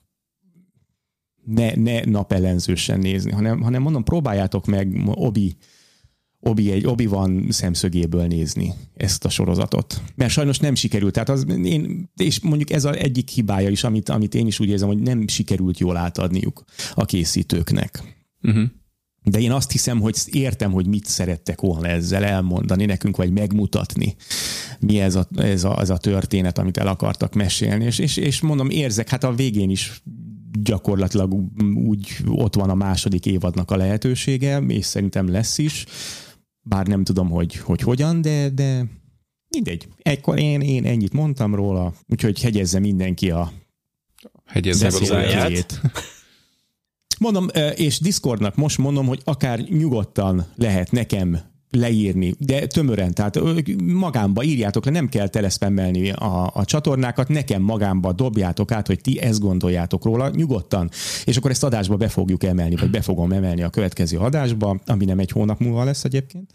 ne, ne napellenzősen nézni, hanem, hanem mondom, próbáljátok meg Obi Obi egy Obi-Wan szemszögéből nézni ezt a sorozatot. Mert sajnos nem sikerült. Tehát az, én, és mondjuk ez az egyik hibája is, amit, amit én is úgy érzem, hogy nem sikerült jól átadniuk a készítőknek. Uh-huh. De én azt hiszem, hogy értem, hogy mit szerettek volna ezzel elmondani nekünk, vagy megmutatni. Mi ez a, ez a, ez a történet, amit el akartak mesélni. És, és, és mondom, érzek, hát a végén is gyakorlatilag úgy ott van a második évadnak a lehetősége, és szerintem lesz is. Bár nem tudom, hogy, hogy hogyan, de, de mindegy. Ekkor én, én ennyit mondtam róla, úgyhogy hegyezze mindenki a beszélőjét. Mondom, és Discordnak most mondom, hogy akár nyugodtan lehet nekem leírni, de tömören, tehát magámba írjátok le, nem kell teleszpemmelni a, a csatornákat, nekem magámba dobjátok át, hogy ti ezt gondoljátok róla, nyugodtan. És akkor ezt adásba be fogjuk emelni, vagy be fogom emelni a következő adásba, ami nem egy hónap múlva lesz egyébként.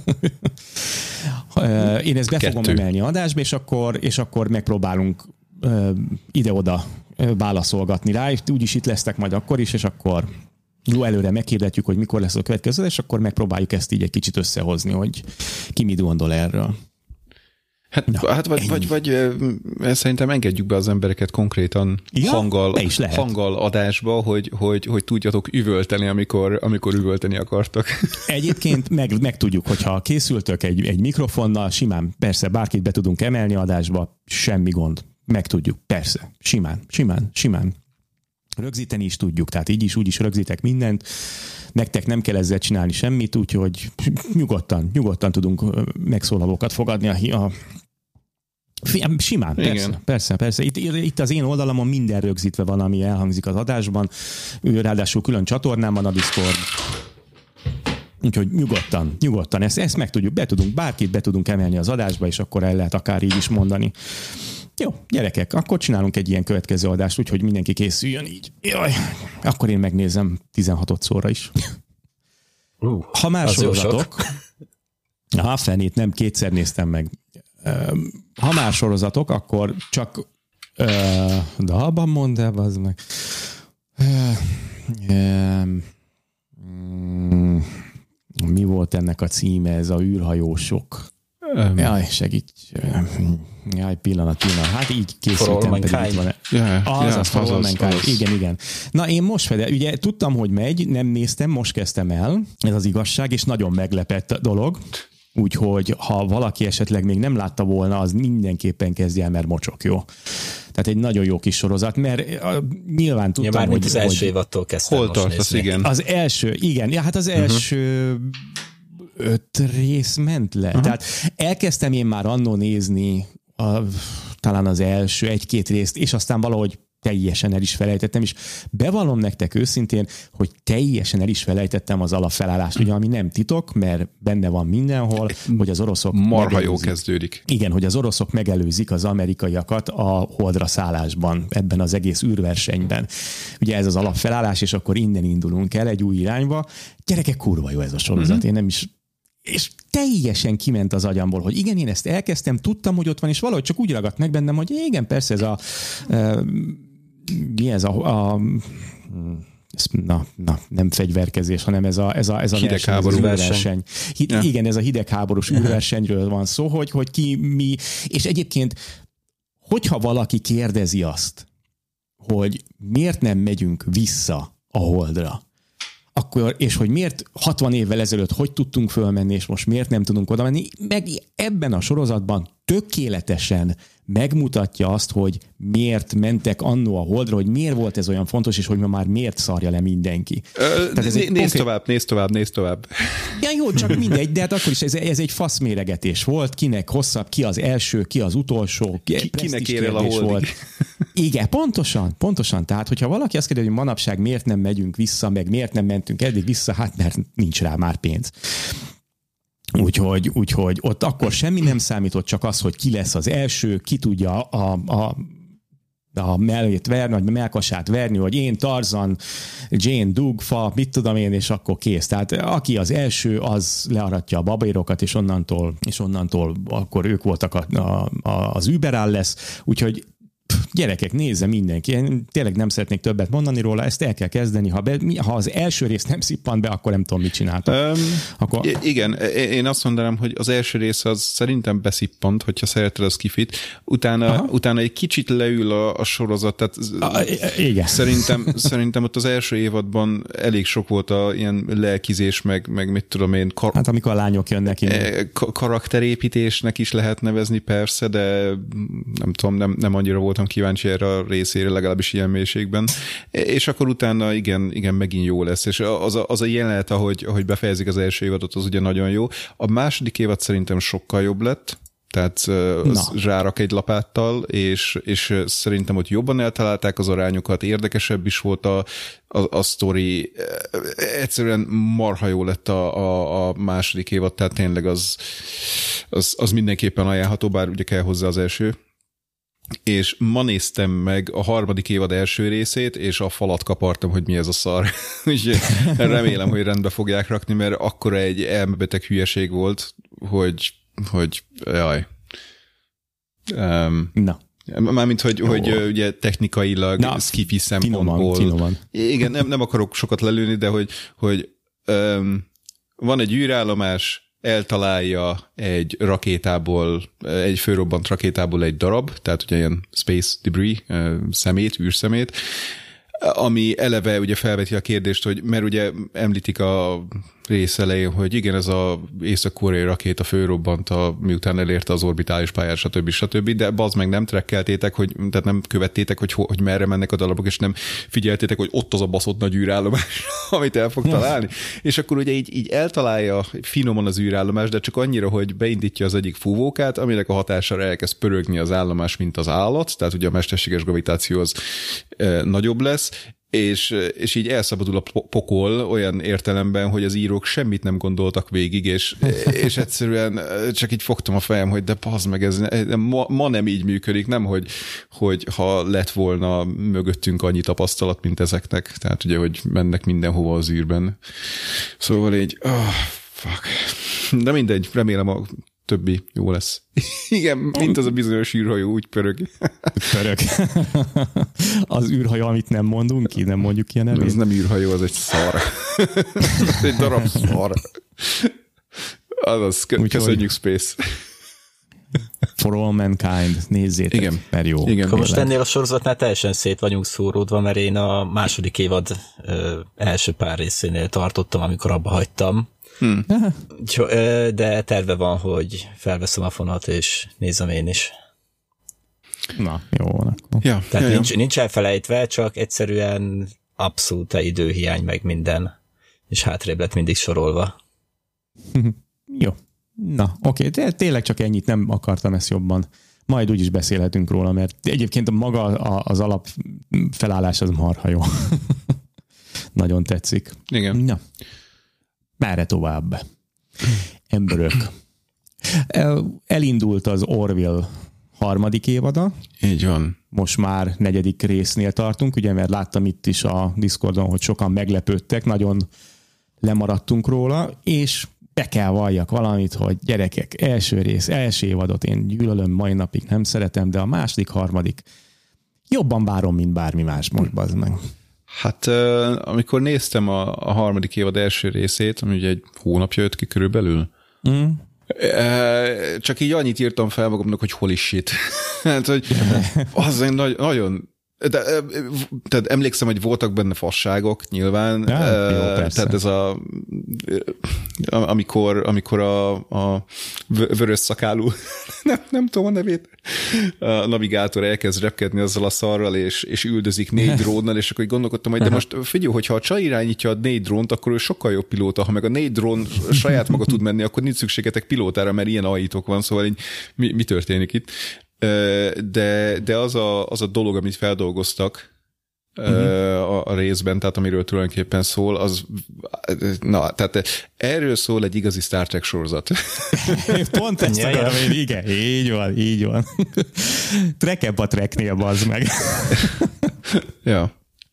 Én ezt be Kettő. fogom emelni adásba, és akkor, és akkor megpróbálunk ide-oda válaszolgatni rá, és úgyis itt lesztek majd akkor is, és akkor jó, előre meghirdetjük, hogy mikor lesz a következő, és akkor megpróbáljuk ezt így egy kicsit összehozni, hogy ki mit gondol erről. Hát, Na, hát vagy, vagy, vagy szerintem engedjük be az embereket konkrétan ja, hanggal, hanggal adásba, hogy, hogy, hogy tudjatok üvölteni, amikor, amikor üvölteni akartak. Egyébként meg, meg tudjuk, hogyha készültök egy, egy mikrofonnal, simán, persze bárkit be tudunk emelni adásba, semmi gond. Meg tudjuk, persze, simán, simán, simán. Rögzíteni is tudjuk, tehát így is, úgy is rögzítek mindent. Nektek nem kell ezzel csinálni semmit, úgyhogy nyugodtan, nyugodtan tudunk megszólalókat fogadni a, a simán, persze, Igen. persze, persze. Itt, itt az én oldalamon minden rögzítve van, ami elhangzik az adásban. Ráadásul külön csatornám van a Discord. Úgyhogy nyugodtan, nyugodtan. Ezt, ezt meg tudjuk, be tudunk, bárkit be tudunk emelni az adásba, és akkor el lehet akár így is mondani. Jó, gyerekek, akkor csinálunk egy ilyen következő adást, úgyhogy mindenki készüljön így. Jaj, akkor én megnézem tizenhatodszorra is. Uh, ha már sorozatok... Aha, fenét, nem, kétszer néztem meg. Ha már sorozatok, akkor csak... De abban mondd el, az meg... Mi volt ennek a címe, ez a űrhajósok? Um, Jaj, segíts. Jaj, pillanat, pillanat. Hát így készültem. Pedig itt van. Yeah, az, yeah, az, az, az, az. Igen, igen. Na, én most fede, ugye tudtam, hogy megy, nem néztem, most kezdtem el. Ez az igazság, és nagyon meglepett a dolog. Úgyhogy, ha valaki esetleg még nem látta volna, az mindenképpen kezdje el, mert mocsok, jó? Tehát egy nagyon jó kis sorozat, mert uh, nyilván tudtam, ja, hogy... az első évadtól kezdtem hol tartasz, igen. Az első, igen. Ja, hát az első... Uh-huh. öt rész ment le. Uh-huh. Tehát elkezdtem én már annó nézni a, talán az első egy-két részt, és aztán valahogy teljesen el is felejtettem, és bevallom nektek őszintén, hogy teljesen el is felejtettem az alapfelállást, ugye, ami nem titok, mert benne van mindenhol, hogy az oroszok marha jó kezdődik. Igen, hogy az oroszok megelőzik az amerikaiakat a holdra szállásban, ebben az egész űrversenyben. Ugye ez az alapfelállás, és akkor innen indulunk el egy új irányba. Gyerekek, kurva jó ez a sorozat, uh-huh. én nem is és teljesen kiment az agyamból, hogy igen, én ezt elkezdtem, tudtam, hogy ott van, és valahogy csak úgy ragadt meg bennem, hogy igen, persze ez a uh, mi ez a, a na, na, nem fegyverkezés, hanem ez a, ez a, ez a hidegháború verseny. Hid, ja. Igen, ez a hidegháborús űrversenyről van szó, hogy, hogy ki, mi, és egyébként, hogyha valaki kérdezi azt, hogy miért nem megyünk vissza a holdra, akkor, és hogy miért hatvan évvel ezelőtt hogy tudtunk fölmenni, és most miért nem tudunk oda menni, meg ebben a sorozatban tökéletesen megmutatja azt, hogy miért mentek annó a holdra, hogy miért volt ez olyan fontos, és hogy ma már miért szarja le mindenki. Ö, nézd konkrét... tovább, nézd tovább, nézd tovább. Ja, jó, csak mindegy, de hát akkor is ez, ez egy faszméregetés volt, kinek hosszabb, ki az első, ki az utolsó, ki, kinek ér el a holdig. Volt. Igen, pontosan, pontosan. Tehát, hogyha valaki azt kérdezi, hogy manapság miért nem megyünk vissza, meg miért nem mentünk eddig vissza, hát mert nincs rá már pénz. Úgyhogy, úgyhogy ott akkor semmi nem számított, csak az, hogy ki lesz az első, ki tudja a, a, a mellét verni, vagy a melkasát verni, hogy én, Tarzan, Jane, Doug, fa, mit tudom én, és akkor kész. Tehát aki az első, az learatja a babérokat, és onnantól, és onnantól akkor ők voltak a, a, a, az überáll lesz. Úgyhogy Gyerekek, nézze mindenki, én tényleg nem szeretnék többet mondani róla, ezt el kell kezdeni, ha, be, ha az első rész nem szippant be, akkor nem tudom, mit csináltak. Um, akkor... Igen, én azt mondanám, hogy az első rész az szerintem beszippant, hogyha szereted az kifit, utána, utána egy kicsit leül a, a sorozat, tehát a, igen. Szerintem, szerintem ott az első évadban elég sok volt a ilyen lelkizés, meg, meg mit tudom én. Kar- hát amikor a lányok jönnek innen. Karakterépítésnek is lehet nevezni persze, de nem tudom, nem, nem annyira voltam kíváncsi erre a részére, legalábbis ilyen mélységben. És akkor utána igen, igen megint jó lesz. És az a, az a jelenet, ahogy, ahogy befejezik az első évadot, az ugye nagyon jó. A második évad szerintem sokkal jobb lett, tehát az rárak egy lapáttal, és, és szerintem ott jobban eltalálták az arányokat, érdekesebb is volt a, a, a sztori, egyszerűen marha jó lett a, a, a második évad, tehát tényleg az, az, az mindenképpen ajánlható, bár ugye kell hozzá az első. És ma néztem meg a harmadik évad első részét, és a falat kapartam, hogy mi ez a szar. Úgyhogy remélem, hogy rendbe fogják rakni, mert akkora egy elmebeteg hülyeség volt, hogy, hogy jaj. Um, Na. Mármint, hogy, hogy ugye technikailag, Na, skifi szempontból. Finoman, finoman. Igen, nem, nem akarok sokat lelőni, de hogy, hogy um, van egy űrállomás, eltalálja egy rakétából, egy fölrobbant rakétából egy darab, tehát ugye ilyen space debris, szemét, űrszemét, ami eleve ugye felveti a kérdést, hogy mert ugye említik a rész elején, hogy igen, ez az észak-koreai rakéta fölrobbant, a, miután elérte az orbitális pályát, stb. stb. De bazd meg nem trekkeltétek, hogy, tehát nem követtétek, hogy, hogy merre mennek a darabok, és nem figyeltétek, hogy ott az a baszott nagy űrállomás, amit el fog találni. És akkor ugye így, így eltalálja finoman az űrállomás, de csak annyira, hogy beindítja az egyik fúvókát, aminek a hatására elkezd pörögni az állomás, mint az állat, tehát ugye a mesterséges gravitáció az e, nagyobb lesz, És, és így elszabadul a pokol olyan értelemben, hogy az írók semmit nem gondoltak végig, és, és egyszerűen csak így fogtam a fejem, hogy de bazd meg, ez ma, ma nem így működik, nem, hogy, hogy ha lett volna mögöttünk annyi tapasztalat, mint ezeknek, tehát ugye, hogy mennek mindenhova az űrben. Szóval így, oh, fuck. De mindegy, remélem a többi jó lesz. Igen, mint az a bizonyos űrhajó, úgy pörög. Pörög. Az űrhajó, amit nem mondunk ki, nem mondjuk ilyen nevét. Ez nem űrhajó, az egy szar. Ez egy darab szar. Azaz, köszönjük Space. For all mankind, nézzétek, igen. mert jó. Igen. Akkor most ennél a sorozatnál teljesen szét vagyunk szóródva, mert én a második évad ö, első pár részénél tartottam, amikor abba hagytam. Hmm. De terve van, hogy felveszem a fonat, és nézem én is. Na, jó van akkor. Ja, Tehát ja, nincs, ja. nincs elfelejtve, csak egyszerűen abszolút időhiány meg minden, és hátrébb lett mindig sorolva. Jó. Na, oké, de tényleg csak ennyit, nem akartam ezt jobban. Majd úgyis beszélhetünk róla, mert egyébként maga az alap felállás az marha jó. Nagyon tetszik. Igen. Na. Merre tovább? Emberök. Elindult az Orville harmadik évada. Így van. Most már negyedik résznél tartunk, ugye, mert láttam itt is a Discordon, hogy sokan meglepődtek, nagyon lemaradtunk róla, és be kell valljak valamit, hogy gyerekek, első rész, első évadot én gyűlölöm, mai napig nem szeretem, de a második, harmadik jobban várom, mint bármi más, most bazd meg. Hát amikor néztem a, a harmadik évad első részét, ami ugye egy hónapja jött ki körülbelül, mm. csak így annyit írtam fel magamnak, hogy hol is shit. Hát, hogy az egy nagyon... De, tehát emlékszem, hogy voltak benne fasságok, nyilván. Ja, jó, tehát ez a... Amikor, amikor a, a vörös szakálú, nem, nem tudom a nevét, a navigátor elkezd repkedni azzal a szarral, és, és üldözik négy drónnal, és akkor így gondolkodtam, hogy de most figyelj, hogyha a csaj irányítja a négy drónt, akkor ő sokkal jobb pilóta. Ha meg a négy drón saját maga tud menni, akkor nincs szükségetek pilótára, mert ilyen ajítok van, szóval így mi, mi történik itt? De, de az, a, az a dolog, amit feldolgoztak uh-huh. a, a részben, tehát amiről tulajdonképpen szól, az, na, tehát erről szól egy igazi Star Trek sorozat. Pont ezt akarom én, igen, így van, így van. Trekebb a Treknél, bazd meg. Ja.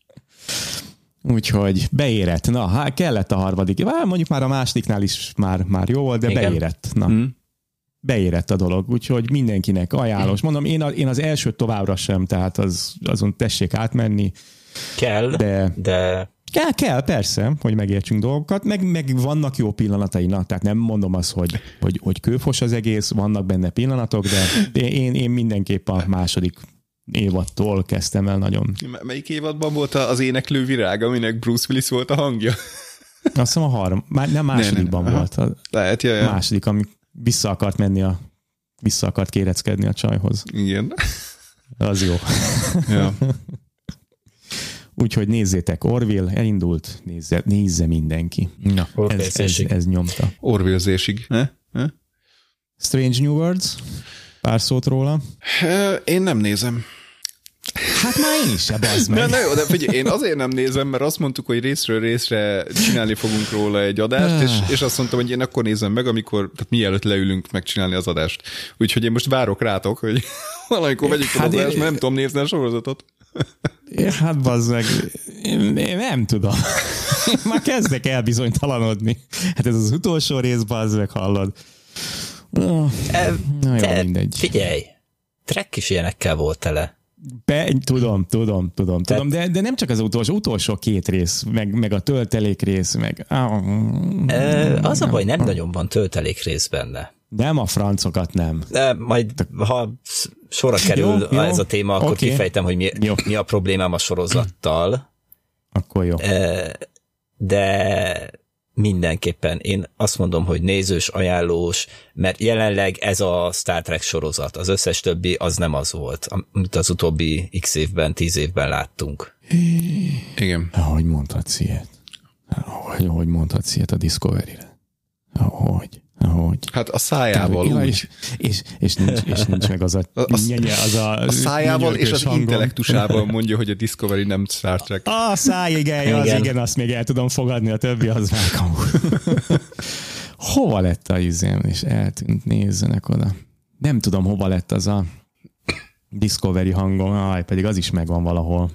Úgyhogy beérett. Na, hát kellett a harmadik. Mondjuk már a másodiknál is már, már jó volt, de igen. Beérett. Na. Mm. beérett a dolog, úgyhogy mindenkinek ajánlós. Mondom, én, a, én az első továbbra sem, tehát az, azon tessék átmenni. Kell, de... de... Kell, kell, persze, hogy megértsünk dolgokat, meg, meg vannak jó pillanatai, na, tehát nem mondom azt, hogy, hogy, hogy kőfos az egész, vannak benne pillanatok, de én, én mindenképp a második évadtól kezdtem el nagyon. M- melyik évadban volt az éneklő virág, aminek Bruce Willis volt a hangja? Azt hiszem a harm, már nem másodikban ne, ne, ne. volt. A Lehet, jaj, jaj. második, ami vissza akart menni a, vissza akart kéreckedni a csajhoz. Igen. Az jó. Ja. Úgyhogy nézzétek, Orville elindult, nézze, nézze mindenki. Na, ez, ez, ez nyomta. Orville-zésig. Ne? Ne? Strange New Worlds? Pár szót róla? Én nem nézem. Hát már én is se, bazd meg. Na, na jó, de figyelj, én azért nem nézem, mert azt mondtuk, hogy részről részre csinálni fogunk róla egy adást, és, és azt mondtam, hogy én akkor nézem meg, amikor, tehát mielőtt leülünk megcsinálni az adást. Úgyhogy én most várok rátok, hogy valamikor vegyük fel hát az adást, én... mert nem tudom nézni a sorozatot. Hát bazd meg, én, én nem tudom. Én már kezdek elbizonytalanodni. Hát ez az utolsó rész, bazd meg, hallod. Oh, e, na jó, mindegy. Figyelj, Trek is ilyenekkel volt tele. Be, tudom, tudom, tudom, Te... tudom, de, de nem csak az utolsó, utolsó két rész, meg, meg a töltelék rész, meg... E, az a baj, nem nagyon van töltelék rész benne. Nem a francokat, nem. De majd, ha sorra kerül jó, jó, ez a téma, akkor okay. kifejtem, hogy mi, mi a problémám a sorozattal. Akkor jó. De mindenképpen én azt mondom, hogy nézős, ajánlós, mert jelenleg ez a Star Trek sorozat. Az összes többi az nem az volt, amit az utóbbi x évben, tíz évben láttunk. Igen. Ahogy mondhatsz ilyet? Ahogy, ahogy mondhatsz ilyet a Discovery-re? Ahogy? Ahogy. Hát a szájával Távol, úgy. És, és, és, nincs, és nincs meg az a, a, az a, a szájával és az hangom. Intellektusával mondja, hogy a Discovery nem Star Trek. A száj, igen, igen. Az igen, azt még el tudom fogadni, a többi az már kamu. Hova lett a izém, és eltűnt, nézzenek oda. Nem tudom, hova lett az a Discovery hangom, aj, pedig az is megvan valahol.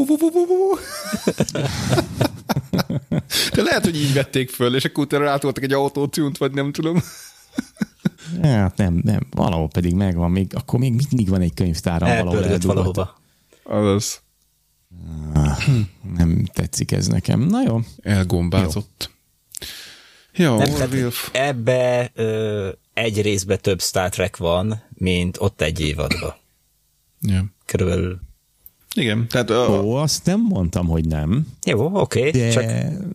De lehet, hogy így vették föl, és akkor utána rátoltak egy autótűnt, vagy nem tudom. Hát nem, nem, valahol pedig megvan, még, akkor még mindig van egy könyvtáram valahol eldugott. Valahova. Azaz. Nem tetszik ez nekem. Na jó. Elgombázott. Jó, nem, ebbe ö, egy részbe több Star Trek van, mint ott egy évadban. Ja. Körülbelül. Igen. Tehát, a... Ó, azt nem mondtam, hogy nem. Jó, oké. Okay, de... csak...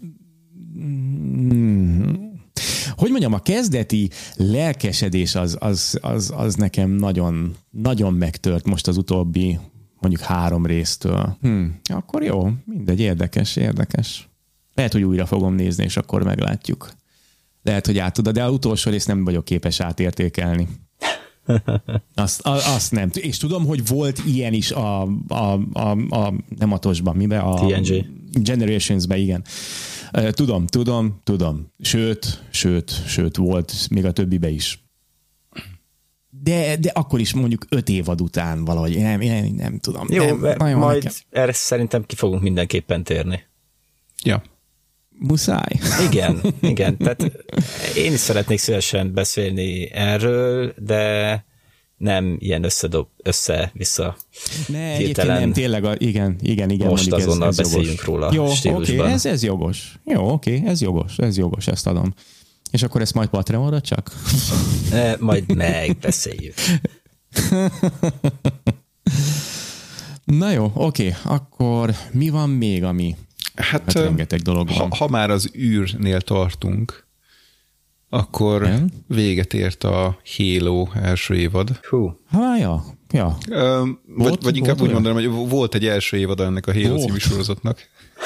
Hmm. Hogy mondjam, a kezdeti lelkesedés az, az, az, az nekem nagyon, nagyon megtört most az utóbbi mondjuk három résztől. Hmm. Akkor jó, mindegy, érdekes, érdekes. Lehet, hogy újra fogom nézni, és akkor meglátjuk. Lehet, hogy át tudod, de az utolsó részt nem vagyok képes átértékelni. Azt, azt nem. És tudom, hogy volt ilyen is a, a, a, a nem a tosban, miben? A T N G. Generationsben, igen. Tudom, tudom, tudom. Sőt, sőt, sőt, volt még a többibe is. De, de akkor is mondjuk öt évad után valahogy, nem, nem, nem tudom. Jó, nem, majd nekem. Erre szerintem ki fogunk mindenképpen térni. Ja. Muszáj. Igen, igen. Tehát én is szeretnék szívesen beszélni erről, de nem ilyen összedob, össze-vissza. Ne, egyébként nem, tényleg, a, igen, igen, igen. Most azonnal ez, ez beszéljünk jogos. róla jó, stílusban. Oké, ez, ez jogos. Jó, oké, ez jogos, ez jogos, ezt adom. És akkor ezt majd Patreonra csak? Ne, majd megbeszéljük. Na jó, oké, akkor mi van még, ami... Hát, hát rengeteg dolog van. Ha, ha már az űrnél tartunk, akkor nem? Véget ért a Halo első évad. Hú. Há, ja, ja. Ö, vagy, volt, vagy inkább volt, úgy mondanám, hogy volt egy első évad ennek a Halo című sorozatnak.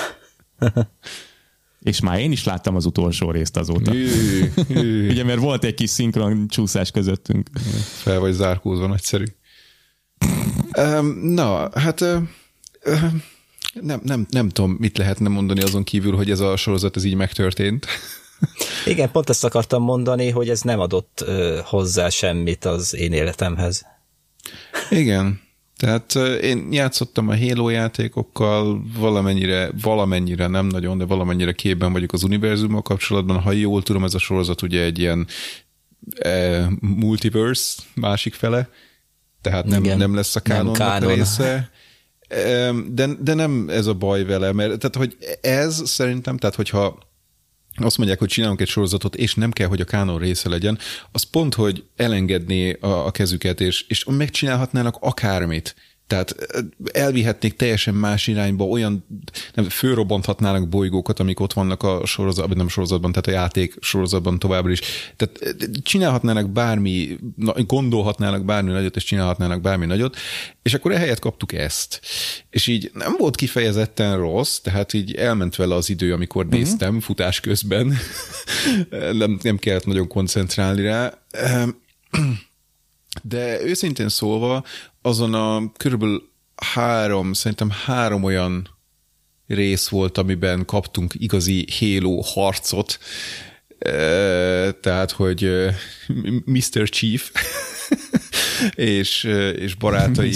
És már én is láttam az utolsó részt azóta. Jű, jű. Ugye, mert volt egy kis szinkron csúszás közöttünk. Fel vagy zárkózva, nagyszerű. Na, hát... Nem, nem, nem tudom, mit lehetne mondani azon kívül, hogy ez a sorozat ez így megtörtént. Igen, pont ezt akartam mondani, hogy ez nem adott uh, hozzá semmit az én életemhez. Igen, tehát uh, én játszottam a Halo játékokkal, valamennyire, valamennyire nem nagyon, de valamennyire képben vagyok az univerzummal kapcsolatban. Ha jól tudom, ez a sorozat ugye egy ilyen uh, multiverse másik fele, tehát nem, nem lesz a kánonnak része. De, de nem ez a baj vele, mert tehát, hogy ez szerintem, tehát hogyha azt mondják, hogy csinálunk egy sorozatot, és nem kell, hogy a kánon része legyen, az pont, hogy elengedné a, a kezüket, és, és megcsinálhatnának akármit. Tehát elvihetnék teljesen más irányba, olyan, nem, fölrobbanthatnának bolygókat, amik ott vannak a sorozatban, nem sorozatban, tehát a játék sorozatban továbbra is. Tehát csinálhatnának bármi, gondolhatnának bármi nagyot, és csinálhatnának bármi nagyot, és akkor ehelyett kaptuk ezt. És így nem volt kifejezetten rossz, tehát így elment vele az idő, amikor mm-hmm. néztem futás közben. nem, nem kellett nagyon koncentrálni rá. De őszintén szólva, azon a körülbelül három, szerintem három olyan rész volt, amiben kaptunk igazi Halo harcot, tehát, hogy miszter Chief és, és barátai.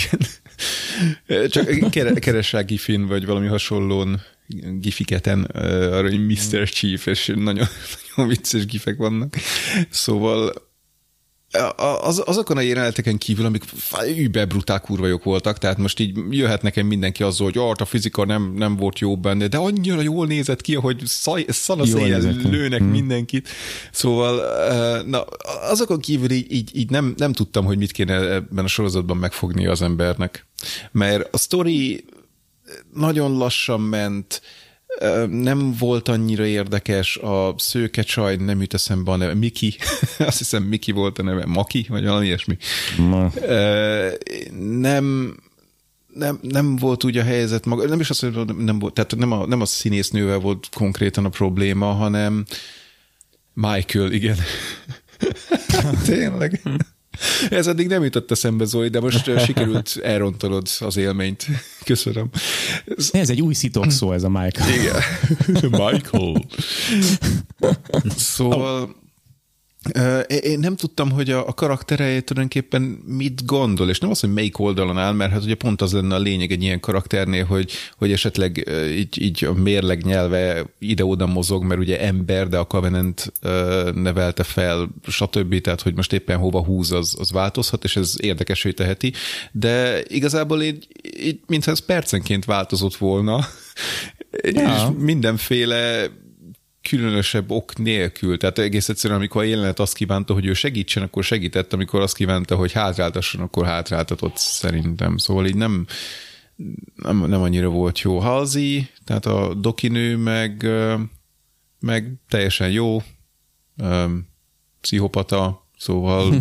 Csak keres rá gifin, vagy valami hasonlón gifiketen, arra, hogy miszter Chief, és nagyon, nagyon vicces gifek vannak. Szóval Az, azokon a jeleneteken kívül, amik über brutál kurva jók voltak, tehát most így jöhet nekem mindenki azzal, hogy art a fizika nem, nem volt jó benne, de annyira jól nézett ki, hogy szanaszéjjel lőnek hmm. mindenkit. Szóval na, azokon kívül így, így, így nem, nem tudtam, hogy mit kéne ebben a sorozatban megfogni az embernek. Mert a sztori nagyon lassan ment, nem volt annyira érdekes, a szőke csaj, nem jut eszembe a neve, Miki, azt hiszem Miki volt a neve, Maki, vagy valami ilyesmi. Ma. Nem, nem, nem volt úgy a helyzet maga, nem is az, hogy nem volt, tehát nem a, nem a színésznővel volt konkrétan a probléma, hanem Michael, igen. Tényleg. Ez eddig nem jutott eszembe, Zoli, de most sikerült elrontanod az élményt. Köszönöm. Ez egy új szitokszó, ez a Michael. Igen. Michael. Szóval én nem tudtam, hogy a karaktere tulajdonképpen mit gondol, és nem az, hogy melyik oldalon áll, mert hát ugye pont az lenne a lényeg egy ilyen karakternél, hogy, hogy esetleg így, így a mérleg nyelve ide-oda mozog, mert ugye ember, de a Covenant nevelte fel, stb. Tehát, hogy most éppen hova húz, az, az változhat, és ez érdekesé teheti, de igazából így, így mintha ez percenként változott volna, ja. És mindenféle különösebb ok nélkül. Tehát egész egyszerűen, amikor a jelenet azt kívánta, hogy ő segítsen, akkor segített, amikor azt kívánta, hogy hátráltasson, akkor hátráltatott szerintem. Szóval így nem, nem, nem annyira volt jó. Halsey, tehát a dokinő meg, meg teljesen jó, pszichopata, szóval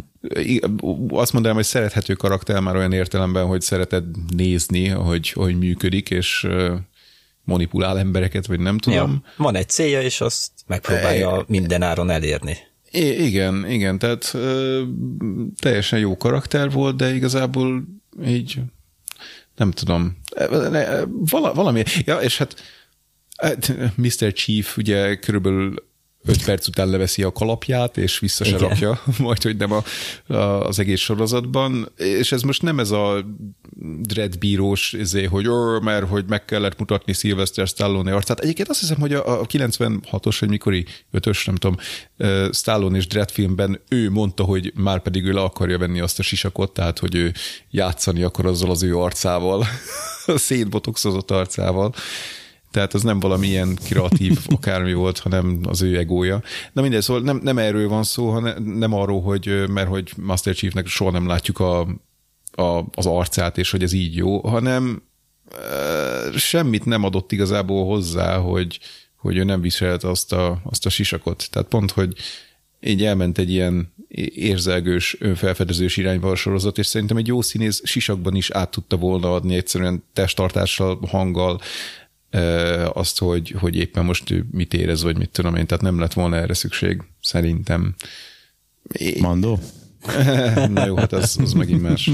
azt mondanám, hogy szerethető karakter már olyan értelemben, hogy szereted nézni, hogy, hogy működik, és manipulál embereket, vagy nem tudom. Ja, van egy célja, és azt megpróbálja minden áron elérni. I- igen, igen, tehát ö, teljesen jó karakter volt, de igazából így nem tudom. Val- valami, ja, és hát miszter Chief ugye körülbelül öt perc után leveszi a kalapját, és vissza se rakja, majd, hogy nem a, a, az egész sorozatban. És ez most nem ez a dreadbírós, ezért, hogy mert hogy meg kellett mutatni Sylvester Stallone arcát. Egyébként azt hiszem, hogy a, a kilencvenhatos, vagy mikori ötös, nem tudom, Stallone és Dredd filmben ő mondta, hogy már pedig ő le akarja venni azt a sisakot, tehát, hogy ő játszani akar azzal az ő arcával, a szétbotoxozott arcával. Tehát az nem valamilyen kreatív akármi volt, hanem az ő egója. Na mindegy, szóval nem, nem erről van szó, hanem nem arról, hogy mert hogy Master Chiefnek soha nem látjuk a, a, az arcát, és hogy ez így jó, hanem e, semmit nem adott igazából hozzá, hogy, hogy ő nem viselte azt a, azt a sisakot. Tehát pont, hogy így elment egy ilyen érzelgős, önfelfedezős irányba a sorozat, és szerintem egy jó színész sisakban is át tudta volna adni egyszerűen testtartással, hanggal, azt, hogy, hogy éppen most ő mit érez, vagy mit tudom én, tehát nem lett volna erre szükség, szerintem. Mandó? Na jó, hát az, az megint más.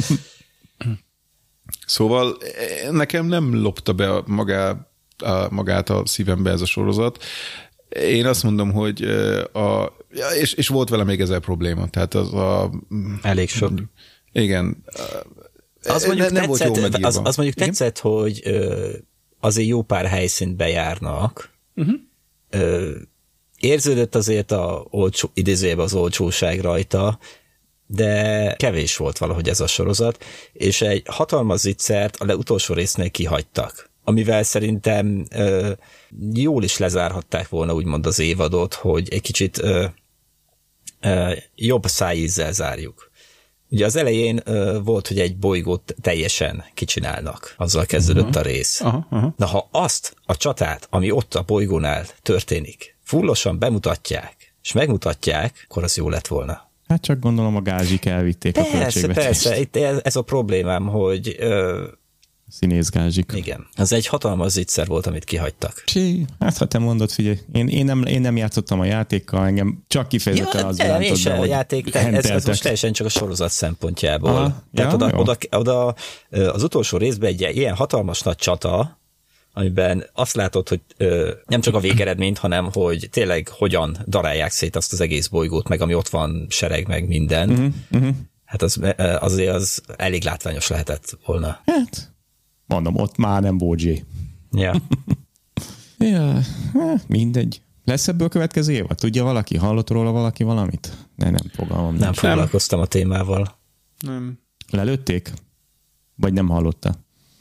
Szóval nekem nem lopta be a magá, a, magát a szívembe ez a sorozat. Én azt mondom, hogy a, és, és volt vele még ezzel probléma, tehát az a... Elég sok. Igen. Az mondjuk ne, tetszett, nem az, az mondjuk tetszett, hogy ö, azért jó pár helyszínt bejárnak, uh-huh. ö, érződött azért a olcsó, idézőjében az olcsóság rajta, de kevés volt valahogy ez a sorozat, és egy hatalmas zicsert a utolsó résznél kihagytak, amivel szerintem ö, jól is lezárhatták volna úgymond az évadot, hogy egy kicsit ö, ö, jobb szájízzel zárjuk. Ugye az elején ö, volt, hogy egy bolygót teljesen kicsinálnak, azzal kezdődött uh-huh. a rész. Aha, aha. Na ha azt a csatát, ami ott a bolygónál történik, fullosan bemutatják, és megmutatják, akkor az jó lett volna. Hát csak gondolom a gázsik elvitték persze, a költségvetést. Persze, itt ez a problémám, hogy... Ö, színészgázsik. Igen. Az egy hatalmas zicser volt, amit kihagytak. Csi, hát ha te mondod, figyelj, én, én, nem, én nem játszottam a játékkal, engem csak kifejezetten ja, az nem, villantott be, hogy játék, te, ez, ez most teljesen csak a sorozat szempontjából. Aha, Tehát ja, oda, oda, oda az utolsó részben egy ilyen hatalmas nagy csata, amiben azt látod, hogy ö, nem csak a végeredményt, hanem hogy tényleg hogyan darálják szét azt az egész bolygót, meg ami ott van, sereg, meg minden. Uh-huh, uh-huh. Hát az, azért az elég látványos lehetett volna. Hát, mondom, ott már nem Bógyi. Ja. ja, mindegy. Lesz ebből következő évad? Tudja valaki? Hallott róla valaki valamit? De nem fogalmam. Nem foglalkoztam a témával. Nem. Lelőtték? Vagy nem hallotta?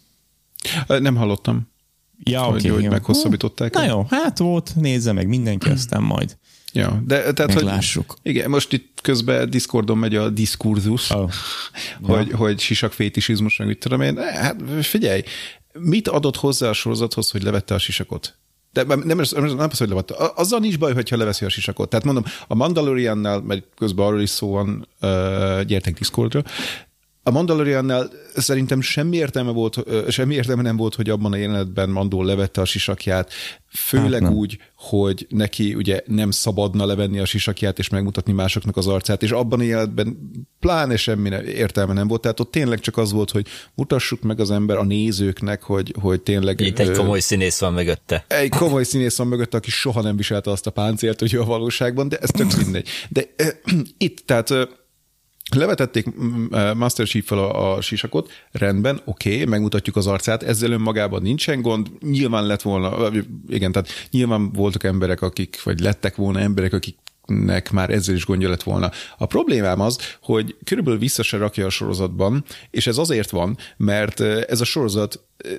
Nem hallottam. Ja, hogy, okay, hogy jó. meghosszabbították. Na jó, hát volt, nézze meg mindenki, aztán majd. Ja, de tehát, meglássuk. Hogy, igen, most itt közben Discordon megy a diskurzus, oh. hogy, ja. hogy sisakfétisizmus, meg mit tudom én. Hát figyelj, mit adott hozzá a sorozathoz, hogy levette a sisakot? De nem, nem, nem az, hogy levette. Azzal nincs baj, hogyha leveszi a sisakot. Tehát mondom, a Mandaloriannál, mert közben arról is szó van, uh, gyertek Discordra, a Mandaloriannál szerintem semmi értelme, volt, semmi értelme nem volt, hogy abban a jelenetben Mandó levette a sisakját, főleg hát úgy, hogy neki ugye nem szabadna levenni a sisakját és megmutatni másoknak az arcát, és abban a jelenetben pláne semmi értelme nem volt. Tehát ott tényleg csak az volt, hogy mutassuk meg az ember a nézőknek, hogy, hogy tényleg... Itt egy komoly színész van mögötte. Egy komoly színész van mögötte, aki soha nem viselte azt a páncélt, hogy a valóságban, de ez tök mindegy. De uh, itt, tehát... Uh, levetették Master Chief-fel a, a sisakot, rendben, oké, okay, megmutatjuk az arcát, ezzel önmagában nincsen gond, nyilván lett volna, igen, tehát nyilván voltak emberek, akik, vagy lettek volna emberek, akiknek már ezzel is gondja lett volna. A problémám az, hogy körülbelül vissza se rakja a sorozatban, és ez azért van, mert ez a sorozat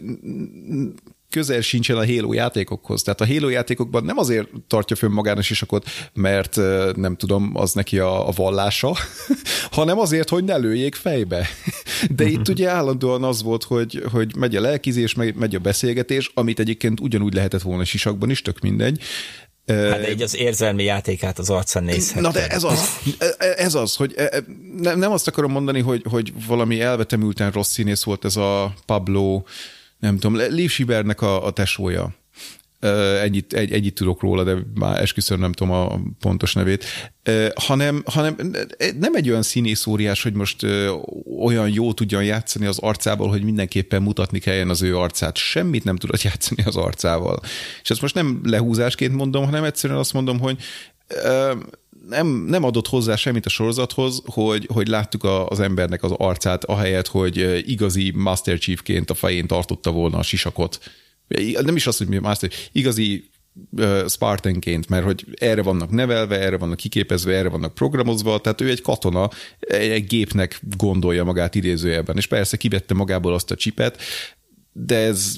közel sincsen a Halo játékokhoz. Tehát a Halo játékokban nem azért tartja fönn magán a sisakot, mert nem tudom, az neki a, a vallása, hanem azért, hogy ne lőjék fejbe. De itt ugye állandóan az volt, hogy, hogy megy a lelkizés, megy a beszélgetés, amit egyébként ugyanúgy lehetett volna sisakban is, tök mindegy. Hát de így az érzelmi játékát az arcán nézhet. Na de ez az, ez az, hogy nem, nem azt akarom mondani, hogy, hogy valami elvetemülten rossz színész volt ez a Pablo, nem tudom, Liv Schreibernek a, a tesója. Ennyit, egy, egyit tudok róla, de már esküszöm nem tudom a pontos nevét. Hanem, hanem nem egy olyan színész óriás, hogy most olyan jó tudjon játszani az arcával, hogy mindenképpen mutatni kelljen az ő arcát. Semmit nem tudott játszani az arcával. És ezt most nem lehúzásként mondom, hanem egyszerűen azt mondom, hogy nem, nem adott hozzá semmit a sorozathoz, hogy, hogy láttuk a, az embernek az arcát, ahelyett, hogy igazi Master Chiefként a fején tartotta volna a sisakot. Nem is az, hogy Master, igazi uh, Spartanként, mert hogy erre vannak nevelve, erre vannak kiképezve, erre vannak programozva, tehát ő egy katona, egy, egy gépnek gondolja magát idézőjelben, és persze kivette magából azt a csipet, de ez...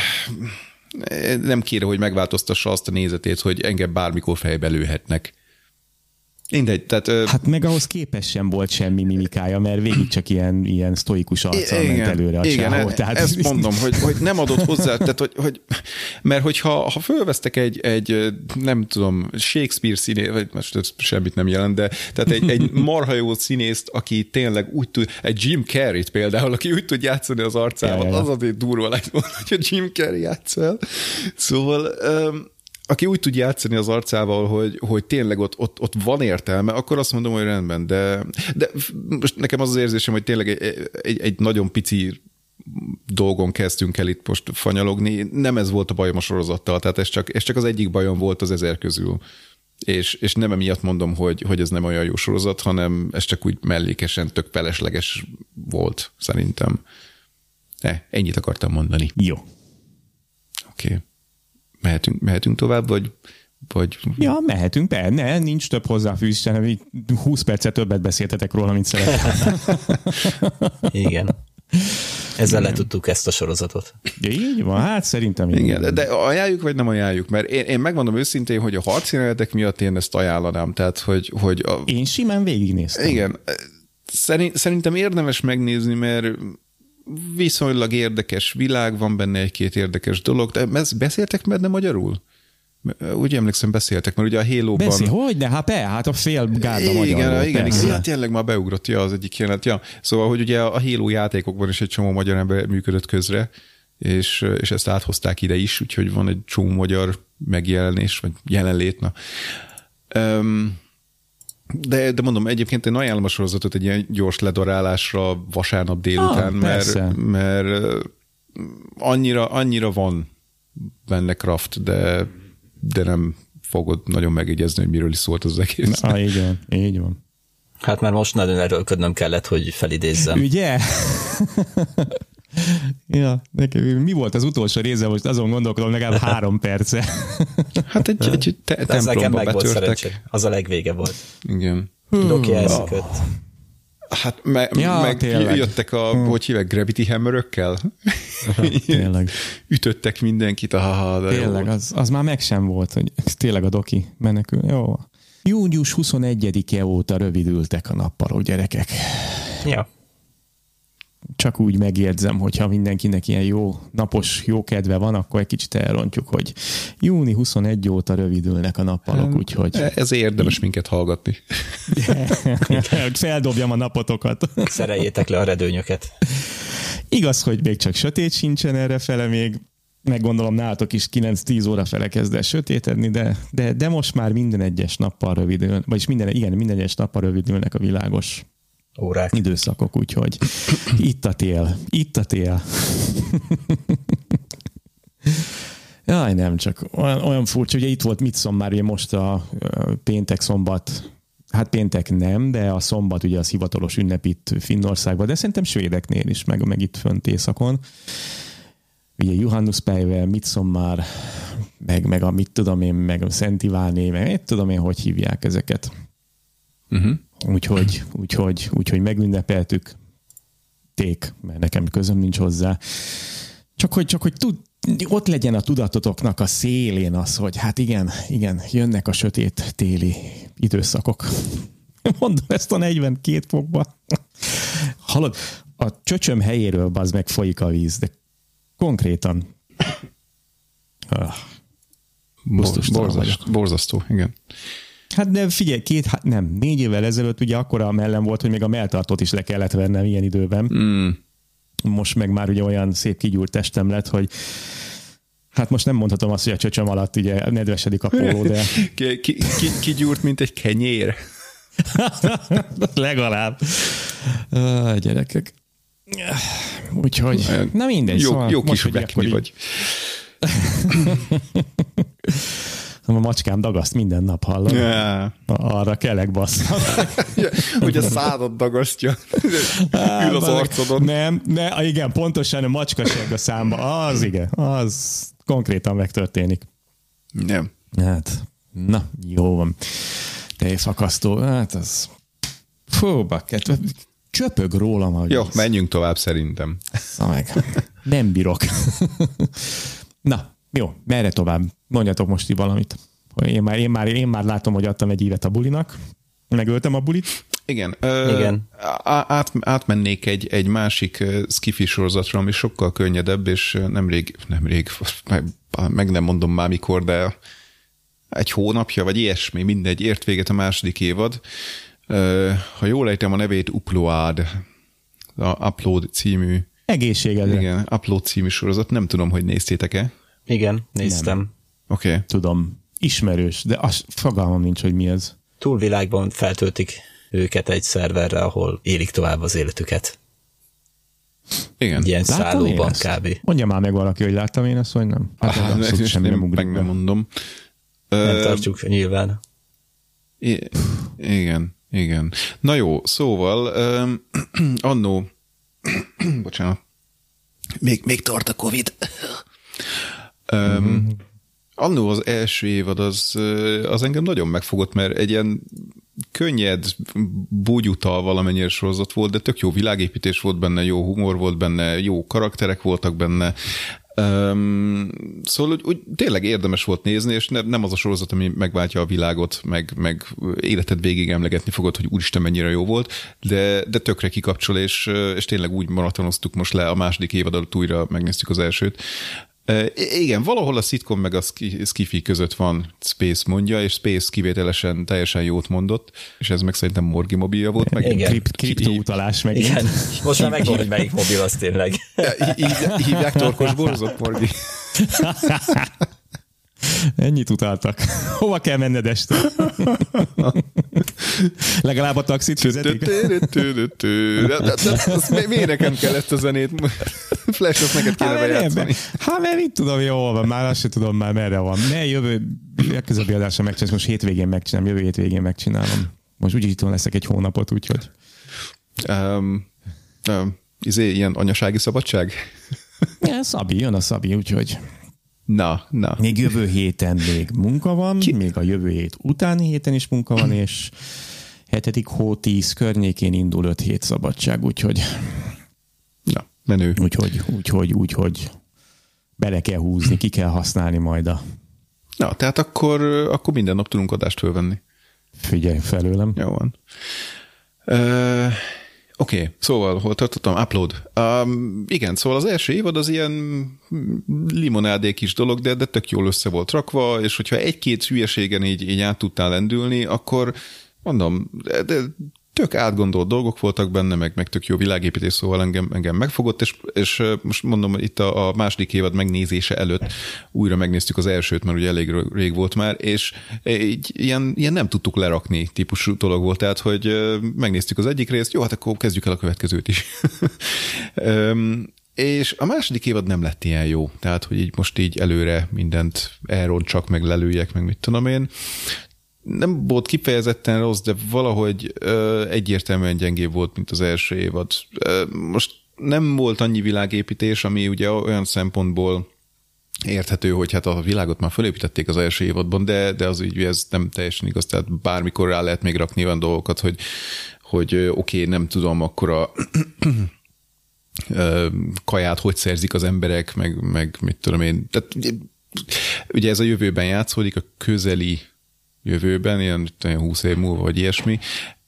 Uh, nem kéne, hogy megváltoztassa azt a nézetét, hogy engem bármikor fejbe lőhetnek. Mindegy, tehát... Hát meg ahhoz képest sem volt semmi mimikája, mert végig csak ilyen, ilyen sztoikus arccal ment előre a igen, csávó. Tehát ezt mondom, hogy, hogy nem adott hozzá, tehát, hogy, hogy, mert hogyha ha fölvesztek egy, egy, nem tudom, Shakespeare színész, vagy most semmit nem jelent, de tehát egy, egy marha jó színészt, aki tényleg úgy tud, egy Jim Carrey-t például, aki úgy tud játszani az arcával, ja, ja. Az azért durva lett volna, hogy a Jim Carrey játszol. Szóval... Um, aki úgy tud játszani az arcával, hogy, hogy tényleg ott, ott, ott van értelme, akkor azt mondom, hogy rendben, de, de most nekem az az érzésem, hogy tényleg egy, egy, egy nagyon pici dolgon kezdtünk el itt most fanyalogni. Nem ez volt a bajom a sorozattal, tehát ez csak, ez csak az egyik bajom volt az ezer közül. És, és nem emiatt mondom, hogy, hogy ez nem olyan jó sorozat, hanem ez csak úgy mellékesen tök felesleges volt, szerintem. E, ennyit akartam mondani. Jó. Oké. Okay. Mehetünk, mehetünk tovább, vagy Vagy... Ja, mehetünk be. Ne, nincs több hozzáfűzés, hanem így húsz percet többet beszéltetek róla, mint szeretem. Igen. Ezzel letudtuk ezt a sorozatot. Így van, hát szerintem így. Igen, de, de ajánljuk, vagy nem ajánljuk? Mert én, én megmondom őszintén, hogy a harcjelenetek miatt én ezt ajánlanám. Tehát, hogy, hogy a... Én simán végignéztem. Igen. Szerint, szerintem érdemes megnézni, mert viszonylag érdekes világ, van benne egy-két érdekes dolog. De beszéltek benne magyarul? Úgy emlékszem, beszéltek, mert ugye a Halo-ban... Beszél, hogy de, hát be, hát a fél gárda magyar igen, volt, igen, persze. igen, hát tényleg már beugrott, ja, az egyik jelenet, ja. Szóval, hogy ugye a Halo játékokban is egy csomó magyar ember működött közre, és, és ezt áthozták ide is, úgyhogy van egy csomó magyar megjelenés, vagy jelenlét, na. Um, de, de mondom, egyébként én ajánlom a sorozatot egy ilyen gyors ledarálásra vasárnap délután, ah, mert, mert annyira, annyira van benne craft, de de nem fogod nagyon megjegyezni, hogy miről is szólt az egész. Na, így van, így van. Hát már most nagyon erőlködnöm kellett, hogy felidézzem. Ugye? Ja, nekem, mi volt az utolsó része, most azon gondolkodom, legalább három perce. Hát egy, egy te- templomba betörtek. Az a legvége volt. Igen. Doki elszökött. Hát me- ja, meg tényleg. Jöttek a, hmm. hogy hívek, Gravity Hammerökkel? Tényleg. Ütöttek mindenkit. Ah, de tényleg, az, az már meg sem volt, hogy tényleg a Doki menekül. Jó. június huszonegyedike óta rövidültek a nappalok, gyerekek. Ja. Csak úgy megjegyzem, hogyha mindenkinek ilyen jó napos, jó kedve van, akkor egy kicsit elrontjuk, hogy június huszonegyedike óta rövidülnek a nappalok, úgyhogy... Ez érdemes így minket hallgatni. Hogy feldobjam a napotokat. Szereljétek le a redőnyöket. Igaz, hogy még csak sötét sincsen errefele, még meg gondolom nálatok is kilenc-tíz óra fele kezd el sötétedni, de, de, de most már minden egyes nappal rövidül, vagyis minden, igen, minden egyes nappal rövidülnek a világos órák. Időszakok, úgyhogy itt a tél, itt a tél. Jaj, nem, csak olyan, olyan furcsa, ugye itt volt Midsommar, ugye most a péntek, szombat, hát péntek nem, de a szombat ugye az hivatalos ünnep itt Finnországban, de szerintem svédeknél is, meg, meg itt fönt északon. Ugye Juhannuspäive, Midsommar, meg, meg a mit tudom én, meg a Szent Iváné, meg mit tudom én, hogy hívják ezeket. Uh-huh. Úgyhogy, úgyhogy, úgyhogy megünnepeltük ték, mert nekem közöm nincs hozzá. Csak hogy, csak hogy tud, ott legyen a tudatotoknak a szélén az, hogy hát igen, igen, jönnek a sötét téli időszakok. Mondom ezt a negyvenkét fokba. Hallod, a csöcsöm helyéről bazd meg folyik a víz, de konkrétan ah, borzasztó, borzasztó, igen. Hát de figyelj, két, hát nem, négy évvel ezelőtt ugye akkora mellem volt, hogy még a melltartót is le kellett vennem ilyen időben. Mm. Most meg már ugye olyan szép kigyúrt testem lett, hogy hát most nem mondhatom azt, hogy a csöcsöm alatt ugye nedvesedik a póló, de... ki, ki, ki, kigyúrt, mint egy kenyér. Legalább. Ah, gyerekek. Úgyhogy, na mindegy. Jó, szóval jó kis vekni vagy. A macskám dagaszt minden nap, hallom. Yeah. Arra kelek, bassz. Hogy a szádat dagasztja. Ül az arcodon. Nem, ne, igen, pontosan a macskasság a számba. Az igen, az konkrétan megtörténik. Nem. Hát, na, jó van. Tejfakasztó, hát az... Fú, bakket, csöpög rólam. Hogy jó, az... menjünk tovább szerintem. Meg. Nem bírok. Na, jó, merre tovább? Mondjatok most így valamit. Én már, én, már, én már látom, hogy adtam egy évet a bulinak. Megöltem a bulit. Igen. Ö, Igen. Át, átmennék egy, egy másik skifi sorozatra, ami sokkal könnyedebb, és nemrég, nemrég, meg nem mondom már mikor, de egy hónapja, vagy ilyesmi, mindegy, ért véget a második évad. Ha jól ejtem a nevét, Upload, a Upload című. Egészségedre. Igen, Upload című sorozat. Nem tudom, hogy néztétek-e? Igen, néztem. Oké. Okay. Tudom. Ismerős, de az fogalmam nincs, hogy mi ez. Túlvilágban feltöltik őket egy szerverre, ahol élik tovább az életüket. Igen. Ilyen szállóban kb. Mondja már meg valaki, hogy láttam én ezt, vagy nem? Hát ah, abszolút semmi nem ugrik. Meg nem mondom. Nem uh, tartjuk nyilván. I- igen, igen. Na jó, szóval um, annó bocsánat. Még, még tart a Covid. um, mm-hmm. annó az első évad az, az engem nagyon megfogott, mert egy ilyen könnyed, búgyutal valamennyire sorozat volt, de tök jó világépítés volt benne, jó humor volt benne, jó karakterek voltak benne. Um, szóval úgy, úgy tényleg érdemes volt nézni, és ne, nem az a sorozat, ami megváltja a világot, meg, meg életed végig emlegetni fogod, hogy úristen mennyire jó volt, de, de tökre kikapcsol, és, és tényleg úgy maratonoztuk most le a második évad alatt, újra megnéztük az elsőt. Uh, igen, valahol a sitcom meg a skifi között van, Space mondja, és Space kivételesen teljesen jót mondott, és ez meg szerintem Morgi mobilja volt. Meg Krip, kriptoutalás meg. Igen, most már megvan, hogy melyik mobil az tényleg. Így hívják torkos borzot, Morgi. Ennyit utáltak. Hova kell menned este? Legalább a taxit fizetik. Miért nekem kellett a zenét? Flash, azt neked kéne bejátszani. Hát mert mit tudom, jól van, már azt sem tudom már merre van. Ne, jövő, legközelebbi adásra megcsinálom, most hétvégén megcsinálom, jövő hétvégén megcsinálom. Most úgyis itt leszek egy hónapot, úgyhogy. Um, um, izé, ilyen anyasági szabadság? Ja, Szabi, jön a Szabi, úgyhogy. Na, na. Még jövő héten még munka van, Ki? még a jövő hét utáni héten is munka van, és hetedik hó tíz környékén indul öt hét szabadság, úgyhogy na, menő. Úgyhogy, úgyhogy, úgyhogy bele kell húzni, ki kell használni majd a... Na, tehát akkor, akkor minden nap tudunk adást fölvenni. Figyelj felőlem. Jó van. Uh... Oké, okay, szóval hol tartottam? Upload. Um, igen, szóval az első évad az ilyen limonádé kis dolog, de, de tök jól össze volt rakva, és hogyha egy-két hülyeségen így, így át tudtál lendülni, akkor mondom, de, de tök átgondolt dolgok voltak benne, meg, meg tök jó világépítés, szóval engem, engem megfogott, és, és most mondom, itt a, a második évad megnézése előtt újra megnéztük az elsőt, mert ugye elég rég volt már, és így, ilyen, ilyen nem tudtuk lerakni típusú dolog volt, tehát, hogy megnéztük az egyik részt, jó, hát akkor kezdjük el a következőt is. És a második évad nem lett ilyen jó, tehát, hogy így most így előre mindent elroncsak, meg lelőjek, meg mit tudom én. Nem volt kifejezetten rossz, de valahogy ö, egyértelműen gyengébb volt, mint az első évad. Ö, most nem volt annyi világépítés, ami ugye olyan szempontból érthető, hogy hát a világot már fölépítették az első évadban, de, de az ügy, ez nem teljesen igaz, tehát bármikor rá lehet még rakni olyan dolgokat, hogy, hogy oké, okay, nem tudom, akkor a kaját hogy szerzik az emberek, meg, meg mit tudom én. Tehát ugye ez a jövőben játszódik, a közeli jövőben, ilyen, ilyen húsz év múlva, vagy ilyesmi.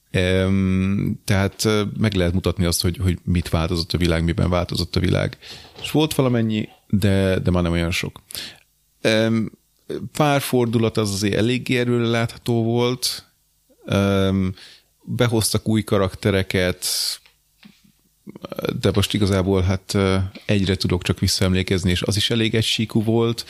Tehát meg lehet mutatni azt, hogy, hogy mit változott a világ, miben változott a világ. És volt valamennyi, de, de már nem olyan sok. Pár fordulat az azért eléggé erőre látható volt. Behoztak új karaktereket, de most igazából hát egyre tudok csak visszaemlékezni, és az is elég egysíkú volt.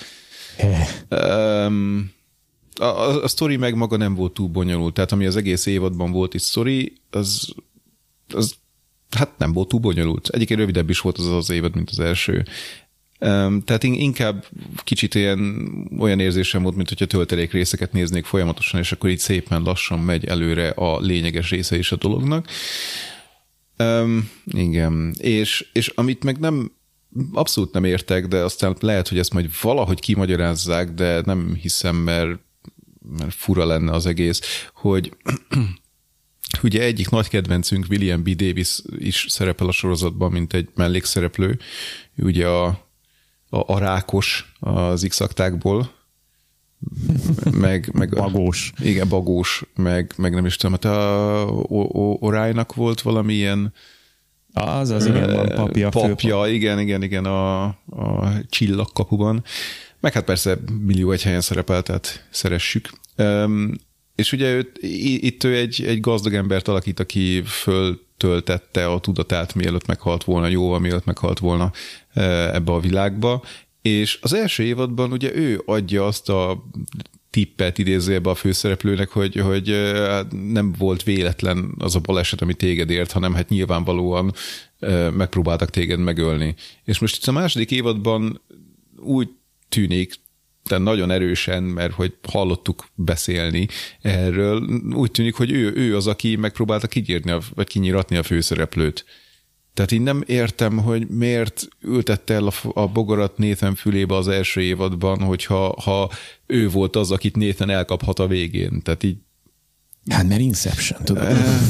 Um, A, a, a sztori meg maga nem volt túl bonyolult, tehát ami az egész évadban volt itt sztori, az, az hát nem volt túl bonyolult. Egyébként rövidebb is volt az az évad, mint az első. Um, tehát inkább kicsit ilyen, olyan érzésem volt, mint hogyha töltelék részeket néznék folyamatosan, és akkor így szépen lassan megy előre a lényeges része is a dolognak. Um, igen, és, és amit meg nem abszolút nem értek, de aztán lehet, hogy ezt majd valahogy kimagyarázzák, de nem hiszem, mert mert fura lenne az egész, hogy ugye egyik nagy kedvencünk, William B. Davis is szerepel a sorozatban, mint egy mellékszereplő, ugye a, a, a rákos az X-aktákból, meg, meg bagós. A, igen, bagós, meg, meg nem is tudom, hát a Orálynak volt valami ilyen az, az igen, van papja. Papja, igen, igen, igen, a, a csillagkapuban. Meg hát persze millió egy helyen szerepel, tehát szeressük. Um, és ugye őt, itt ő egy, egy gazdag embert alakít, aki föltöltette a tudatát, mielőtt meghalt volna, jóval mielőtt meghalt volna ebbe a világba. És az első évadban ugye ő adja azt a tippet idézőjelbe a főszereplőnek, hogy, hogy nem volt véletlen az a baleset, ami téged ért, hanem hát nyilvánvalóan megpróbáltak téged megölni. És most itt a második évadban úgy tűnik, de nagyon erősen, mert hogy hallottuk beszélni erről, úgy tűnik, hogy ő, ő az, aki megpróbálta kinyírni, a, vagy kinyiratni a főszereplőt. Tehát én nem értem, hogy miért ültette el a, a bogarat Nathan fülébe az első évadban, hogyha ha ő volt az, akit Nathan elkaphat a végén. Tehát így... Hát mert Inception, tudod.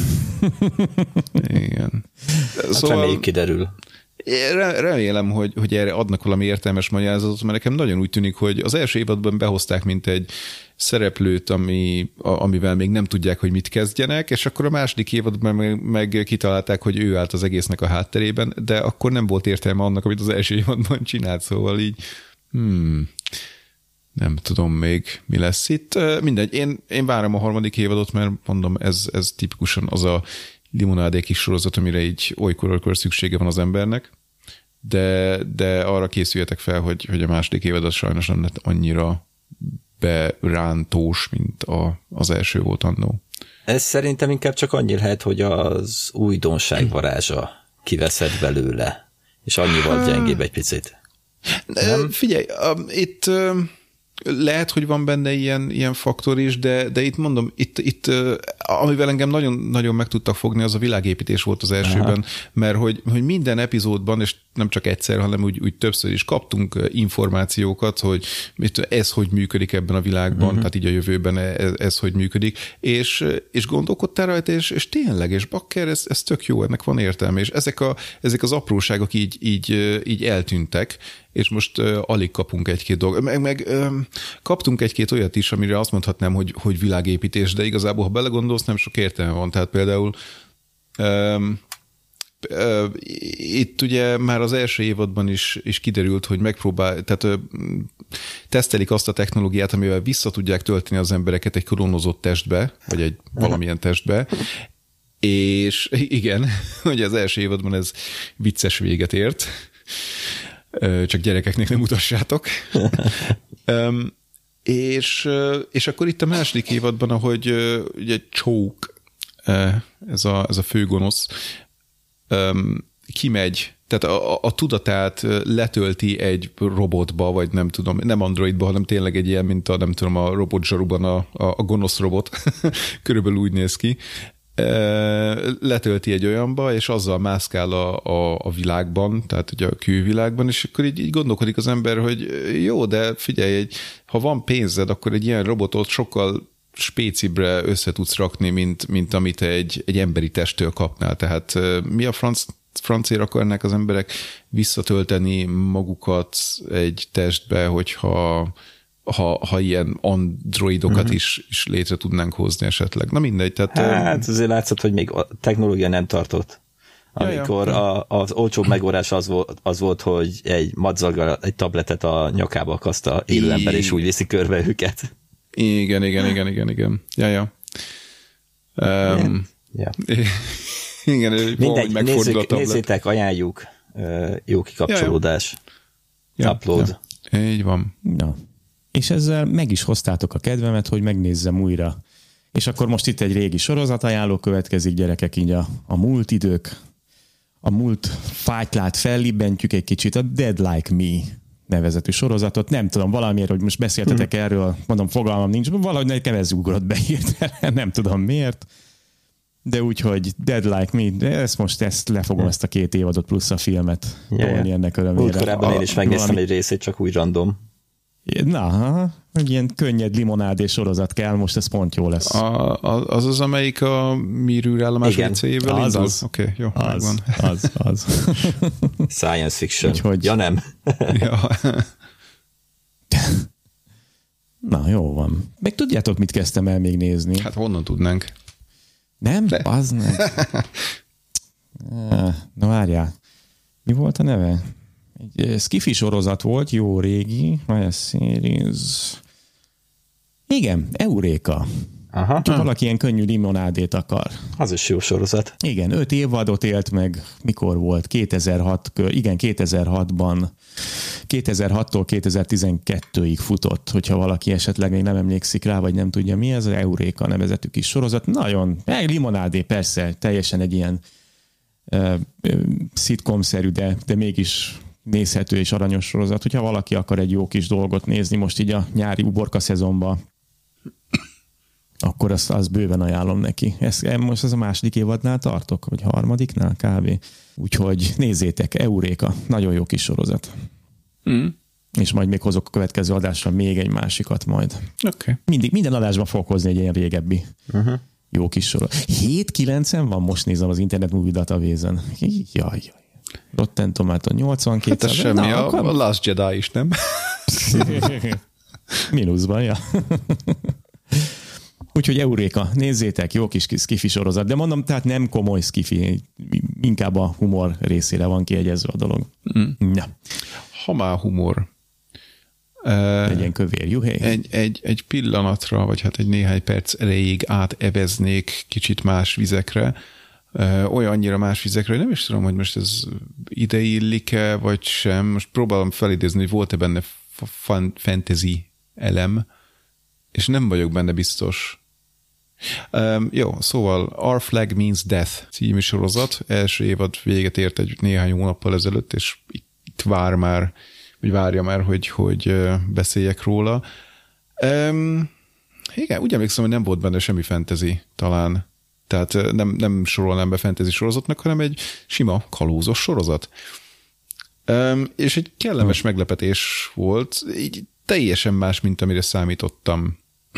Igen. Hát szóval... reméljük kiderül. Remélem, hogy, hogy erre adnak valami értelmes magyarázatot, mert nekem nagyon úgy tűnik, hogy az első évadban behozták, mint egy szereplőt, ami, amivel még nem tudják, hogy mit kezdjenek, és akkor a második évadban meg, meg kitalálták, hogy ő állt az egésznek a hátterében, de akkor nem volt értelme annak, amit az első évadban csinált, szóval így hmm, nem tudom még, mi lesz itt. Mindegy, én, én várom a harmadik évadot, mert mondom, ez, ez tipikusan az a limonádé kis sorozat, amire így olykor-olykor szüksége van az embernek, de, de arra készüljetek fel, hogy, hogy a második évad az sajnos nem lett annyira berántós, mint a, az első volt annó. Ez szerintem inkább csak annyi lehet, hogy az újdonság varázsa kiveszed belőle, és annyival gyengébb egy picit. Nem? Figyelj, itt lehet, hogy van benne ilyen, ilyen faktor is, de, de itt mondom, itt, itt amivel engem nagyon, nagyon meg tudtak fogni, az a világépítés volt az elsőben, aha, mert hogy, hogy minden epizódban, és nem csak egyszer, hanem úgy, úgy többször is kaptunk információkat, hogy ez hogy működik ebben a világban, uh-huh, tehát így a jövőben ez, ez hogy működik, és, és gondolkodtál rajta, és, és tényleg, és bakker, ez, ez tök jó, ennek van értelme, és ezek, a, ezek az apróságok így, így, így eltűntek, és most uh, alig kapunk egy-két dolgot. Meg, meg um, kaptunk egy-két olyat is, amire azt mondhatnám, hogy, hogy világépítés, de igazából, ha belegondolsz, nem sok értelme van. Tehát például um, uh, itt ugye már az első évadban is, is kiderült, hogy megpróbál, tehát uh, tesztelik azt a technológiát, amivel vissza tudják tölteni az embereket egy klónozott testbe, vagy egy valamilyen testbe, és igen, hogy az első évadban ez vicces véget ért, csak gyerekeknek nem mutassátok. um, és, és akkor itt a második évadban, ahogy ugye Choke, ez a, ez a főgonosz, um, kimegy, tehát a, a tudatát letölti egy robotba, vagy nem tudom, nem androidba, hanem tényleg egy ilyen, mint a, nem tudom, a robot zsaruban a, a, a gonosz robot. Körülbelül úgy néz ki. Letölti egy olyanba, és azzal mászkál a, a, a világban, tehát ugye a külvilágban, és akkor így, így gondolkodik az ember, hogy jó, de figyelj, egy, ha van pénzed, akkor egy ilyen robotot sokkal spécibre össze tudsz rakni, mint, mint amit egy, egy emberi testtől kapnál. Tehát mi a franc, francér akarnák az emberek visszatölteni magukat egy testbe, hogyha Ha, ha ilyen androidokat uh-huh. is, is létre tudnánk hozni esetleg. Na mindegy. Tehát, hát azért látszott, hogy még a technológia nem tartott. Amikor ja, ja. A, az olcsóbb megoldás az volt, az volt, hogy egy madzaggal egy tabletet a nyakába akaszta élő ember, és úgy viszi körbe őket. Igen, igen, igen, igen, igen. Ja, ja. Um, ja. Igen, mindegy, nézzük, nézzétek, ajánljuk. Jó kikapcsolódás. Ja. Ja, upload. Ja. Így van. Na. És ezzel meg is hoztátok a kedvemet, hogy megnézzem újra. És akkor most itt egy régi sorozatajánló következik, gyerekek, így a, a múlt idők, a múlt fájtlát fellibbentjük egy kicsit, a Dead Like Me nevezetű sorozatot. Nem tudom, valamiért, hogy most beszéltetek hmm. erről, mondom, fogalmam nincs, valahogy nekem ez ugrott be hirtelen, nem tudom miért. De úgyhogy Dead Like Me, de ezt most ezt lefogom, ezt a két évadot plusz a filmet. Yeah. Ennek örömére. Úgy korábban én is megnéztem valami... egy részét, csak úgy random. Na, egy ilyen könnyed limonádés sorozat kell, most ez pont jó lesz. A, az az, amelyik a műrűrállomás vécéjével az, indul? az. Oké, okay, jó, az, megvan. Az, az. Science fiction. Úgyhogy... Ja, nem. Ja. Na, jó van. Meg tudjátok, mit kezdtem el még nézni? Hát honnan tudnánk? Nem? De. Az nem. Na, várjál. Mi volt a neve? Egy skifi sorozat volt, jó régi, vagy series. Igen, Euréka. Aha. Csak valaki ilyen könnyű limonádét akar. Az is jó sorozat. Igen, öt évadot élt meg, mikor volt? kétezer-hat, igen, kétezer-hatban. kétezer-hattól kétezer-tizenkettőig futott, hogyha valaki esetleg még nem emlékszik rá, vagy nem tudja mi ez, az Euréka nevezetű kis sorozat. Nagyon, egy limonádé persze, teljesen egy ilyen uh, szitcom-szerű, de, de mégis nézhető és aranyos sorozat. Hogyha valaki akar egy jó kis dolgot nézni most így a nyári uborka szezonban, akkor akkor azt, azt bőven ajánlom neki. Ez, most ez a második évadnál tartok, vagy harmadiknál kb. Úgyhogy nézzétek, Euréka, nagyon jó kis sorozat. Mm. És majd még hozok a következő adásra még egy másikat majd. Okay. Mindig, minden adásban fogok hozni egy ilyen régebbi uh-huh. jó kis sorozat. hét kilencen van, most nézem az Internet Movie Database-en. Jaj, jaj. Rotten Tomato nyolcvankét. Hát ez semmi, na, a, akkor... a Last Jedi is, nem? Mínuszban, ja. Úgyhogy Euréka, nézzétek, jó kis skifi sorozat, de mondom, tehát nem komoly skifi, inkább a humor részére van kiegyezve a dolog. Mm. Ja. Ha már humor. Legyen kövér, juhé. Egy, egy, egy pillanatra, vagy hát egy néhány perc erejéig áteveznék kicsit más vizekre, olyan annyira más vizekre, hogy nem is tudom, hogy most ez ide illik-e, vagy sem. Most próbálom felidézni, hogy volt-e benne fantasy elem, és nem vagyok benne biztos. Um, jó, szóval Our Flag Means Death című sorozat, első évad véget ért egy néhány hónappal ezelőtt, és itt vár már, vagy várja már, hogy, hogy beszéljek róla. Um, igen, úgy emlékszem, hogy nem volt benne semmi fantasy talán. Tehát nem, nem sorolnám be fantasy sorozatnak, hanem egy sima kalózos sorozat. Um, és egy kellemes hmm. meglepetés volt, így teljesen más, mint amire számítottam.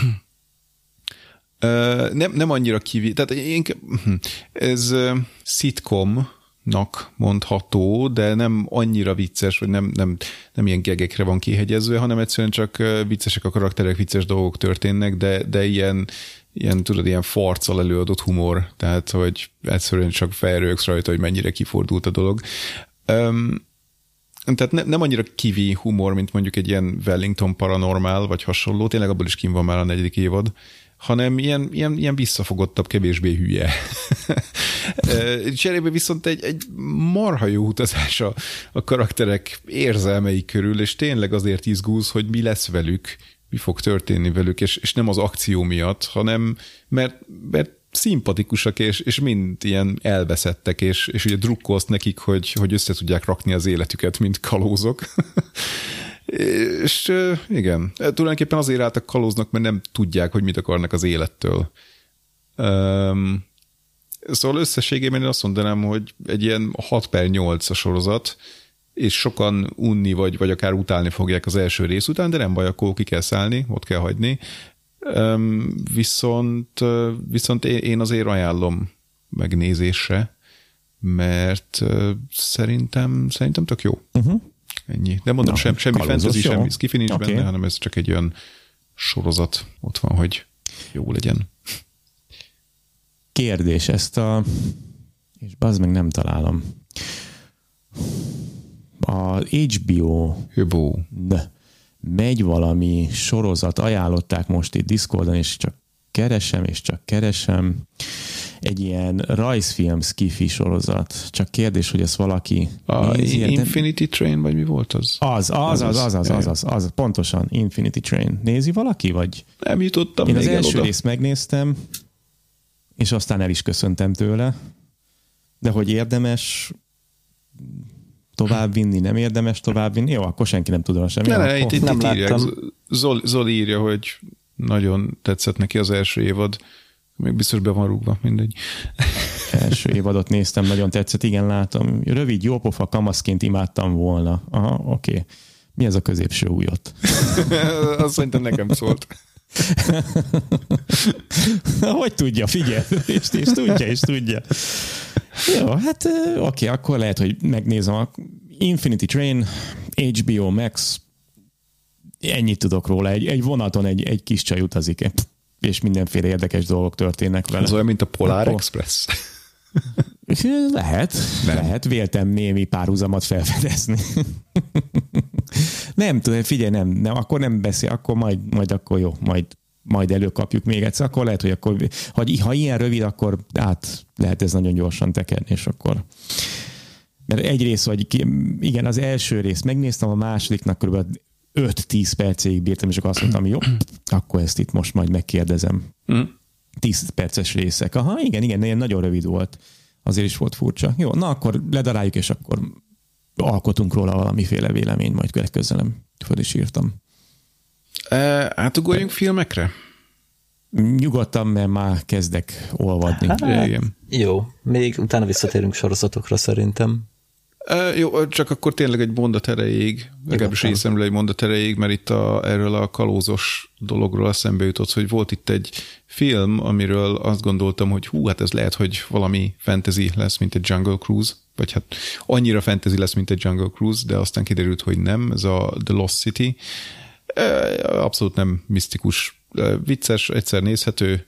Uh, nem, nem annyira kivi... Tehát én, ez uh, szitkomnak mondható, de nem annyira vicces, vagy nem, nem, nem ilyen gegekre van kihegyezve, hanem egyszerűen csak viccesek a karakterek, vicces dolgok történnek, de, de ilyen, ilyen, tudod, ilyen farccal előadott humor, tehát, hogy egyszerűen csak felrögsz rajta, hogy mennyire kifordult a dolog. Um, Tehát ne, nem annyira kivi humor, mint mondjuk egy ilyen Wellington Paranormal, vagy hasonló, tényleg abból is kim van már a negyedik évad, hanem ilyen, ilyen, ilyen visszafogottabb, kevésbé hülye. Cserébe viszont egy, egy marha jó utazás a, a karakterek érzelmei körül, és tényleg azért izgulsz, hogy mi lesz velük, mi fog történni velük, és, és nem az akció miatt, hanem mert, mert szimpatikusak, és, és mind ilyen elveszettek, és, és ugye drukkolsz nekik, hogy, hogy össze tudják rakni az életüket, mint kalózok. És igen, tulajdonképpen azért álltak kalóznak, mert nem tudják, hogy mit akarnak az élettől. Um, szóval összességében én azt mondanám, hogy egy ilyen hat per nyolc a sorozat, és sokan unni, vagy, vagy akár utálni fogják az első rész után, de nem baj, akkor ki kell szállni, ott kell hagyni. Um, viszont, viszont én azért ajánlom megnézésre, mert uh, szerintem, szerintem tök jó. Uh-huh. Ennyi. De mondom, Na, sem, semmi fantasy, jó. semmi skifi nincs okay. benne, hanem ez csak egy olyan sorozat ott van, hogy jó legyen. Kérdés, ezt a... és bazd meg nem találom. A há bé ó... Hübó. De megy valami sorozat, ajánlották most itt Discordon, és csak keresem, és csak keresem. Egy ilyen rajzfilm skifi sorozat. Csak kérdés, hogy ezt valaki... A Infinity Train, vagy mi volt az? Az, az, az, az, az, az, az, az, pontosan, Infinity Train. Nézi valaki, vagy? Nem jutottam Én még az első oda. részt megnéztem, és aztán el is köszöntem tőle, de hogy érdemes továbbvinni, nem érdemes továbbvinni, jó, akkor senki nem tud semmi. Ne, ne, itt, itt, nem itt írják. Zoli, Zoli írja, hogy nagyon tetszett neki az első évad. Még biztos be van rúgva, mindegy. Első évadot néztem, nagyon tetszett, igen, látom. Rövid, jópofa, kamaszként imádtam volna. Aha, oké. Okay. Mi ez a középső újott? Azt szerintem nekem szólt. Hogy tudja, figyelj, és, és tudja, és tudja. Jó, hát oké, okay, akkor lehet, hogy megnézem a Infinity Train, há bé ó Max, ennyit tudok róla, egy, egy vonaton egy, egy kis csaj utazik, és mindenféle érdekes dolgok történnek vele. Ez olyan, mint a Polar Akkor... Express. Lehet, nem. lehet, véltem némi párhuzamot felfedezni. Nem tudom, figyelj, nem, nem, akkor nem beszél, akkor majd, majd akkor jó, majd, majd előkapjuk még egyszer, akkor lehet, hogy akkor, ha, ha ilyen rövid, akkor át lehet ez nagyon gyorsan tekerni, és akkor mert egy rész, vagy igen, az első rész megnéztem, a másodiknak kb. öt-tíz percig bírtam, és akkor azt mondtam, jó, akkor ezt itt most majd megkérdezem. Mm. tíz perces részek. Aha, igen, igen, ilyen nagyon rövid volt. Azért is volt furcsa. Jó, na akkor ledaráljuk, és akkor alkotunk róla valamiféle véleményt, majd legközelem föl is írtam. E, átugorjunk filmekre? Nyugodtan, mert már kezdek olvadni. Hát, igen. Jó, még utána visszatérünk sorozatokra szerintem. Uh, jó, csak akkor tényleg egy mondat erejéig, legalábbis részemről egy mondat erejéig, mert itt a, erről a kalózos dologról eszembe jutott, hogy volt itt egy film, amiről azt gondoltam, hogy hú, hát ez lehet, hogy valami fantasy lesz, mint egy Jungle Cruise, vagy hát annyira fantasy lesz, mint egy Jungle Cruise, de aztán kiderült, hogy nem, ez a The Lost City. Uh, abszolút nem misztikus, uh, vicces, egyszer nézhető,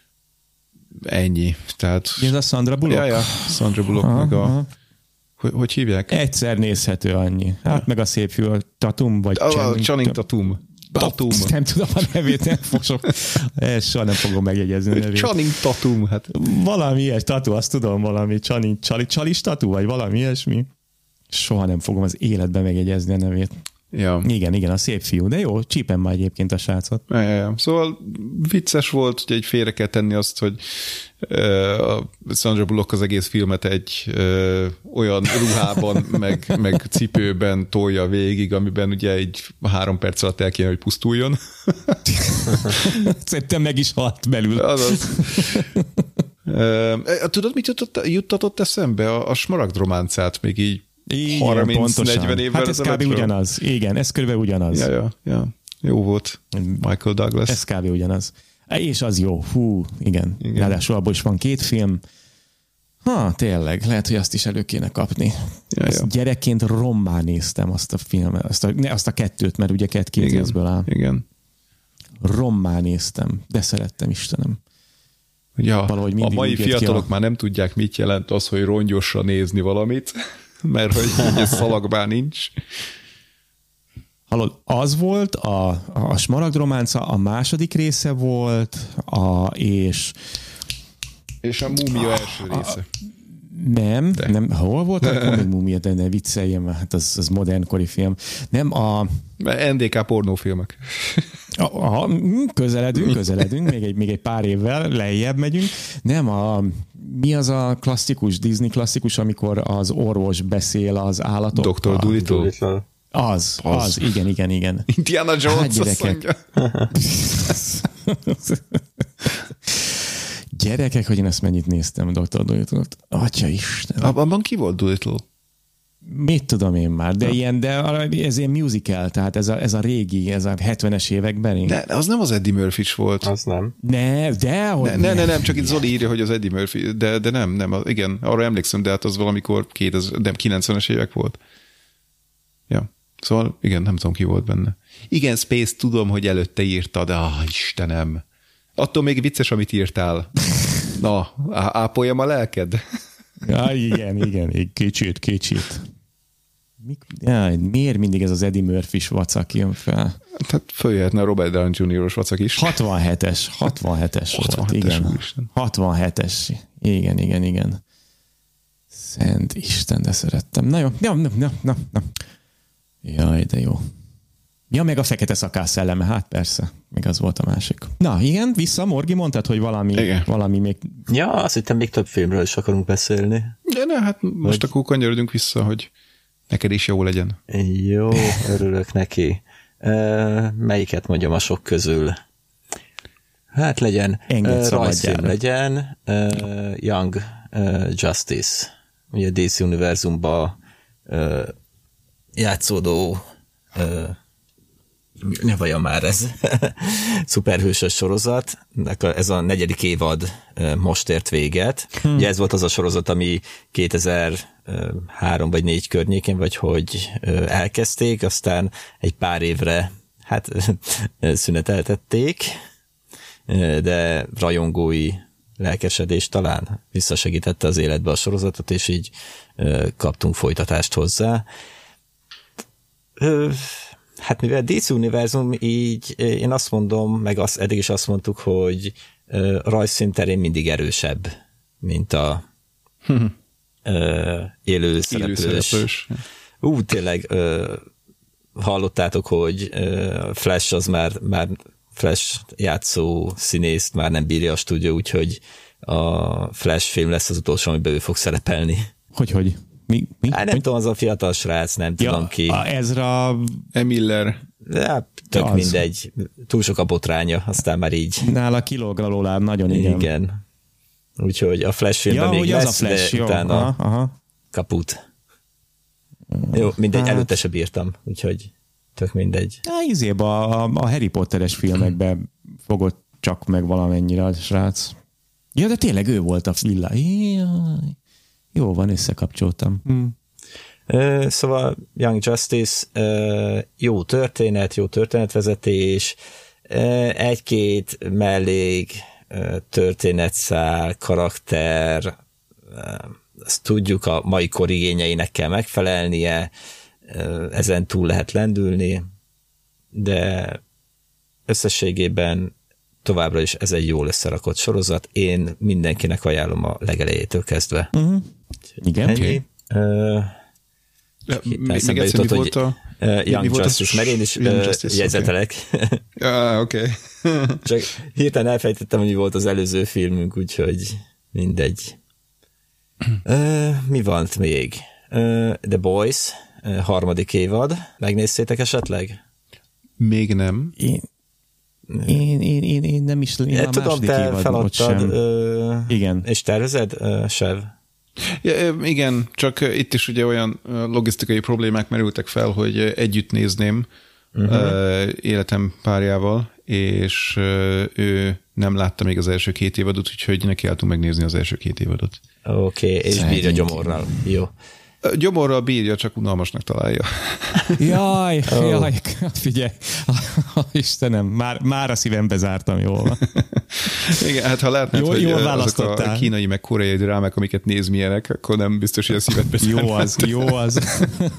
ennyi. Tehát... Ez a Sandra Bullock? Ja, ja, Sandra Bullock, aha, meg a... Aha. Hogy, hogy hívják? Egyszer nézhető annyi. Hát meg a szép fiú, Tatum, vagy a, Channing, Channing Tatum. Tatum. Nem tudom a nevét, nem fogok. Ezt soha nem fogom megjegyezni a nevét. Channing Tatum. Hát. Valami ilyes, Tatu, azt tudom, valami Channing, Csali, Csalis Tatu, vagy valami ilyesmi. Soha nem fogom az életben megjegyezni a nevét. Ja. Igen, igen, a szép fiú, de jó, csípem már egyébként a srácot. Ja, ja, ja. Szóval vicces volt, hogy egy félre kell tenni azt, hogy uh, a Sandra Bullock az egész filmet egy uh, olyan ruhában, meg, meg cipőben tolja végig, amiben ugye egy három perc alatt el kéne, hogy pusztuljon. Szerintem meg is halt belül. Azaz. uh, tudod, mit jutott, juttatott eszembe? A, a Smaragd románcát még így harminc-negyven évvel hát ez kb. Ugyanaz. Igen, ez körülbelül ugyanaz. Ja, ja, ja. Jó volt. Michael Douglas. Ez kb. Ugyanaz. És az jó. Hú, igen. igen. Ráadásul abból is van két film. Ha, tényleg. Lehet, hogy azt is elő kéne kapni. Ja, ja. Gyerekként rommá néztem azt a filmet, azt a, ne, azt a kettőt, mert ugye két két részből áll. Igen. Rommá néztem, de szerettem, Istenem. Ja, a mai fiatalok a... már nem tudják, mit jelent az, hogy rongyosra nézni valamit, mert hogy ez szalagban nincs. Hallod, az volt, a, a Smaragd románca, a második része volt, a, és... És a Múmia első része. A, nem, de. nem, hol volt akkor még Múmia, de ne vicceljem, hát az, az modernkori film. Nem, a... en dé ká pornófilmek. Aha, közeledünk, közeledünk, még egy, még egy pár évvel lejjebb megyünk. Nem, a, mi az a klasszikus, Disney klasszikus, amikor az orvos beszél az állatok? doktor Dolittle. Az, az, az, igen, igen, igen. Indiana Jones, hát, azt mondja. Gyerekek, hogy én ezt mennyit néztem, doktor Dolittle-t. Atya Isten. Abban ki volt Dolittle? Mit tudom én már, de, ilyen, de ez ilyen musical, tehát ez a, ez a régi, ez a hetvenes években. De az nem az Eddie Murphy-s volt. Az nem. Ne, de hogy ne, ne, ne, nem, csak itt Zoli írja, hogy az Eddie Murphy, de, de nem, nem, igen, arra emlékszem, de hát az valamikor kétezer, nem, kilencvenes évek volt. Ja, szóval igen, nem tudom, ki volt benne. Igen, Space, tudom, hogy előtte írta, de ah, Istenem. Attól még vicces, amit írtál. Na, ápoljam a lelked. Ja, igen, igen, kicsit, kicsit. Mik, ja, miért mindig ez az Eddie Murphy-s vacak jön fel? Tehát följöhetne a Robert Downey junior-os vacak is. hatvanhetes, hatvanhetes volt, igen. hatvanhetes, igen, igen, igen. Szent Isten, de szerettem. Na jó, na, na, na, na, na. Jaj, de jó. Ja, meg a fekete szakász szelleme, hát persze, még az volt a másik. Na, igen, vissza, Morgi, mondtad, hogy valami, igen. valami még... Ja, azt hittem, még több filmről is akarunk beszélni. De ne, hát most hogy... akkor kanyarodjunk vissza, hogy neked is jó legyen. Jó, örülök neki. Uh, melyiket mondjam a sok közül? Hát legyen, uh, rajzfilm legyen, uh, Young uh, Justice, ugye dé cé univerzumban uh, játszódó uh, ne vajon már ez szuperhősös sorozat, ez a negyedik évad most ért véget. Hmm. Ugye ez volt az a sorozat, ami kétezer-három vagy négy környékén, vagy hogy elkezdték, aztán egy pár évre hát szüneteltették, de rajongói lelkesedés talán visszasegítette az életbe a sorozatot, és így kaptunk folytatást hozzá. Hát mivel dé cé univerzum, így én azt mondom, meg azt, eddig is azt mondtuk, hogy uh, rajzfilm terén mindig erősebb, mint a uh, élő szereplős. Ú, tényleg uh, hallottátok, hogy uh, Flash az már, már Flash játszó színészt már nem bírja a stúdió, úgyhogy a Flash film lesz az utolsó, amiben ő fog szerepelni. Hogy, hogy? Mi? Mi? Hát nem hogy? tudom, az a fiatal srác, nem ja, tudom ki. A Ezra... Emiller. De, tök Az. mindegy. Túl sok a botránya, aztán már így. Nála kilóg alól nagyon, igen. Igen. Úgyhogy a Flash filmben Ja, még úgy lesz, az a Flash, de jó. utána Aha, aha. kaput. Jó, mindegy, Hát- előtte se bírtam, úgyhogy tök mindegy. Ja, izéba a, a Harry Potteres filmekben fogott csak meg valamennyire a srác. Ja, de tényleg ő volt a villa. Jaj. Jó van, összekapcsoltam. Hm. Ö, Szóval Young Justice, ö, jó történet, jó történetvezetés, ö, egy-két mellék ö, történetszál, karakter, ö, azt tudjuk, a mai kor igényeinek kell megfelelnie, ö, ezen túl lehet lendülni, de összességében továbbra is ez egy jól összerakott sorozat. Én mindenkinek ajánlom a legelejétől kezdve. Uh-huh. Igen. Ennyi. Okay. Ö, Még, Eszembe még egyszer mi jutott, volt a... Uh, mi Young volt Justice, az? mert én is Young uh, Justice, jegyzetelek. Okay. Ah, oké. Okay. Csak hirtelen elfejtettem, hogy mi volt az előző filmünk, úgyhogy mindegy. Uh, mi van még? Uh, The Boys, uh, harmadik évad. Megnéztétek esetleg? Még nem. Én, én, én, én, én nem is én a Tudom, második te évadot feladtad, sem. uh, Igen. és tervezed, uh, Sev? Ja, igen, csak itt is ugye olyan logisztikai problémák merültek fel, hogy együtt nézném uh-huh. életem párjával, és ő nem látta még az első két évadot, úgyhogy neki álltunk megnézni az első két évadot. Oké, okay, és Szegény. bírja gyomorral. Jó. Gyomorral bírja, csak unalmasnak találja. Jaj, oh. jaj, figyelj, Istenem, már, már a szívembe zártam, jól van. Igen, hát ha látnád, Jó, hogy jól azok a kínai meg koreai drámák, amiket néz milyenek, akkor nem biztos, hogy a szívedbe Jó az, jó az.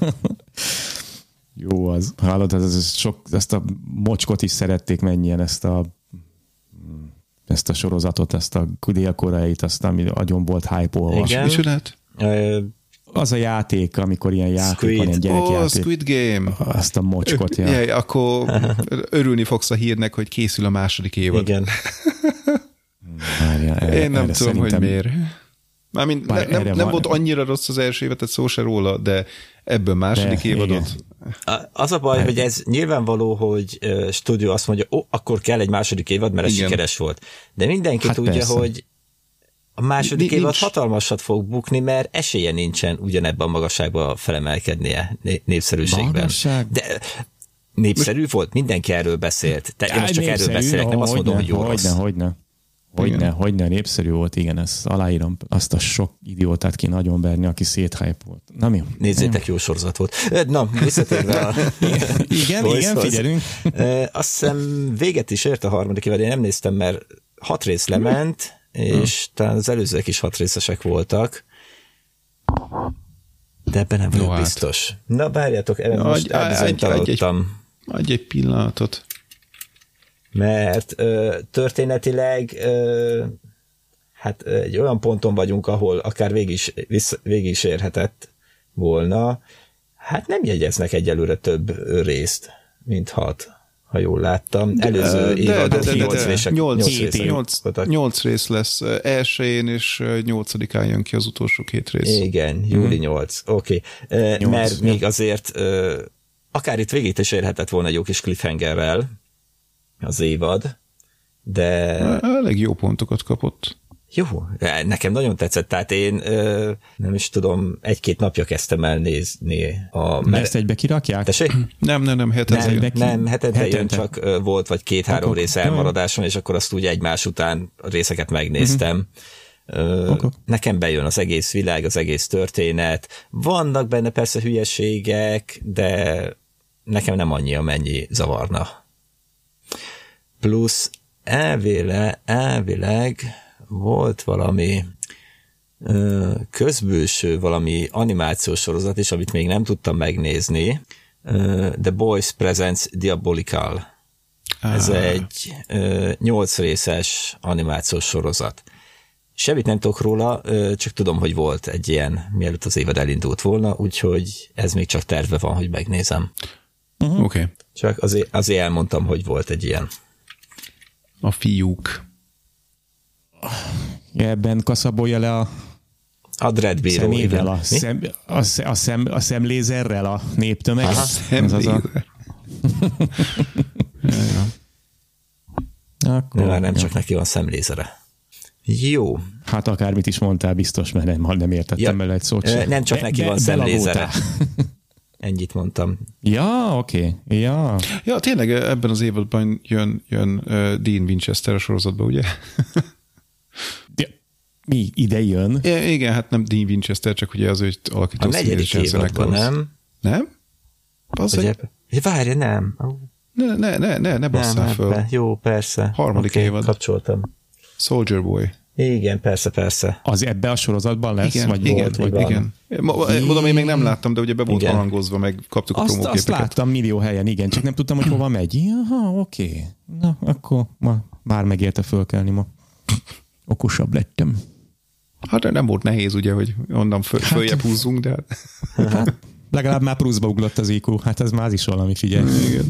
Jó az. Hallod, ez, ez sok, ezt a mocskot is szerették mennyien, ezt a ezt a sorozatot, ezt a dél-koreait, azt, ami agyon volt hype-olva. Igen. Mi csinált? Uh, Az a játék, amikor ilyen játék Squid. van, ilyen gyerekjáték. Oh, Squid Game. Azt a mocskot, ja. Jaj, akkor örülni fogsz a hírnek, hogy készül a második évad. igen. Várja, erre, Én nem erre tudom, hogy miért. Mármint ne, nem, nem van. volt annyira rossz az első évad, tehát szó se róla, de ebből második De, évadot. igen. Az a baj, hogy ez nyilvánvaló, hogy uh, stúdió azt mondja, ó, akkor kell egy második évad, mert ez Igen. sikeres volt. De mindenki Hát tudja, persze. hogy a második Nincs. évad hatalmasat fog bukni, mert esélye nincsen ugyanebben a magasságban felemelkednie né- népszerűségben. Magasság? De népszerű most... volt, mindenki erről beszélt. Te, én most csak Népszerű, erről beszélek, nem azt mondom, hogy jó hogyne, rossz. hogyne, hogyne, hogyne, népszerű volt, igen, ezt aláírom. Azt a sok idiótát ki nagyon verni, aki széthype volt. Na mi? Nézzétek, jó sorozat volt. Na, visszatérve a... Igen, igen, figyelünk. Azt hiszem véget is ért a harmadik évad, én nem néztem, mert hat rész lement, és talán az előzőek is hat részesek voltak, de ebben nem vagyok No, hát. biztos. Na, várjátok, ebben Na, most adj- elbizonytalanodtam, Adj egy pillanatot. mert ö, történetileg ö, hát ö, egy olyan ponton vagyunk, ahol akár végig is, vissz, végig is érhetett volna. Hát nem jegyeznek egyelőre több részt, mint hat, ha jól láttam. Előző évadban nyolc részek. Nyolc rész lesz. Elsőjén és nyolcadikán jön ki az utolsó két rész. Igen, júli nyolc. Oké. Okay. Mert még azért akár itt végig is érhetett volna egy jó kis cliffhangerrel az évad, de... Elég jó pontokat kapott. Jó, nekem nagyon tetszett, tehát én nem is tudom, egy-két napja kezdtem el nézni. A, mert... Ezt egybe kirakják? Tessék? Nem, nem, nem, hetedre nem, jön. Nem, hetedre jön, hetente. csak volt vagy két-három Akkor, rész elmaradáson, és akkor azt úgy egymás után a részeket megnéztem. Uh-huh. Okay. Nekem bejön az egész világ, az egész történet. Vannak benne persze hülyeségek, de nekem nem annyi, amennyi zavarna. Plusz elvéle, elvileg volt valami közbülső, valami animációs sorozat is, amit még nem tudtam megnézni. The Boys Presents Diabolical. Ah. Ez egy nyolc részes animációs sorozat. Semmit nem tudok róla, csak tudom, hogy volt egy ilyen, mielőtt az évad elindult volna, úgyhogy ez még csak terve van, hogy megnézem. Uh-huh. Oké. Okay. Csak azért, azért elmondtam, hogy volt egy ilyen. A fiúk. Ebben kaszabolja le a a dreadbíró, szemével, a, szem, a, a, szem, a szemlézerrel a néptömeg. Ez az a... ja, ja. Akkor, De már nem ja. csak neki van szemlézere. Jó. Hát akármit is mondtál, biztos, mert nem, nem értettem Ja, bele egy szót ö, sem. nem csak Be- neki be- van szemlézere. belagoltál. Ennyit mondtam. Ja, oké. Okay. Ja. ja, tényleg ebben az évadban jön, jön uh, Dean Winchester a sorozatba, ugye? Ja. Mi, ide jön? I- igen, hát nem Dean Winchester, csak ugye az őt A alakító negyedik évadban, nem? Nem? Bazzeg, Ugye, várja, nem. ne, ne, ne, ne, ne basszál nem, föl. be. Jó, persze. Harmadik okay, évad. Kapcsoltam. Soldier Boy. Igen, persze, persze. Az ebbe a sorozatban lesz? Igen, vagy igen, volt, vagy van. igen. Ma- Mondom, én még nem láttam, de ugye be volt Igen. harangozva, meg kaptuk a Azt, azt promóképeket. láttam millió helyen, igen, csak nem tudtam, hogy hova megy. Aha, oké. Na, akkor ma már megérte fölkelni ma. Okosabb lettem. Hát nem volt nehéz, ugye, hogy onnan föl, följebb húzzunk, de Hát, legalább már pluszba uglott az í kú. Hát ez már az is valami, figyelj. igen.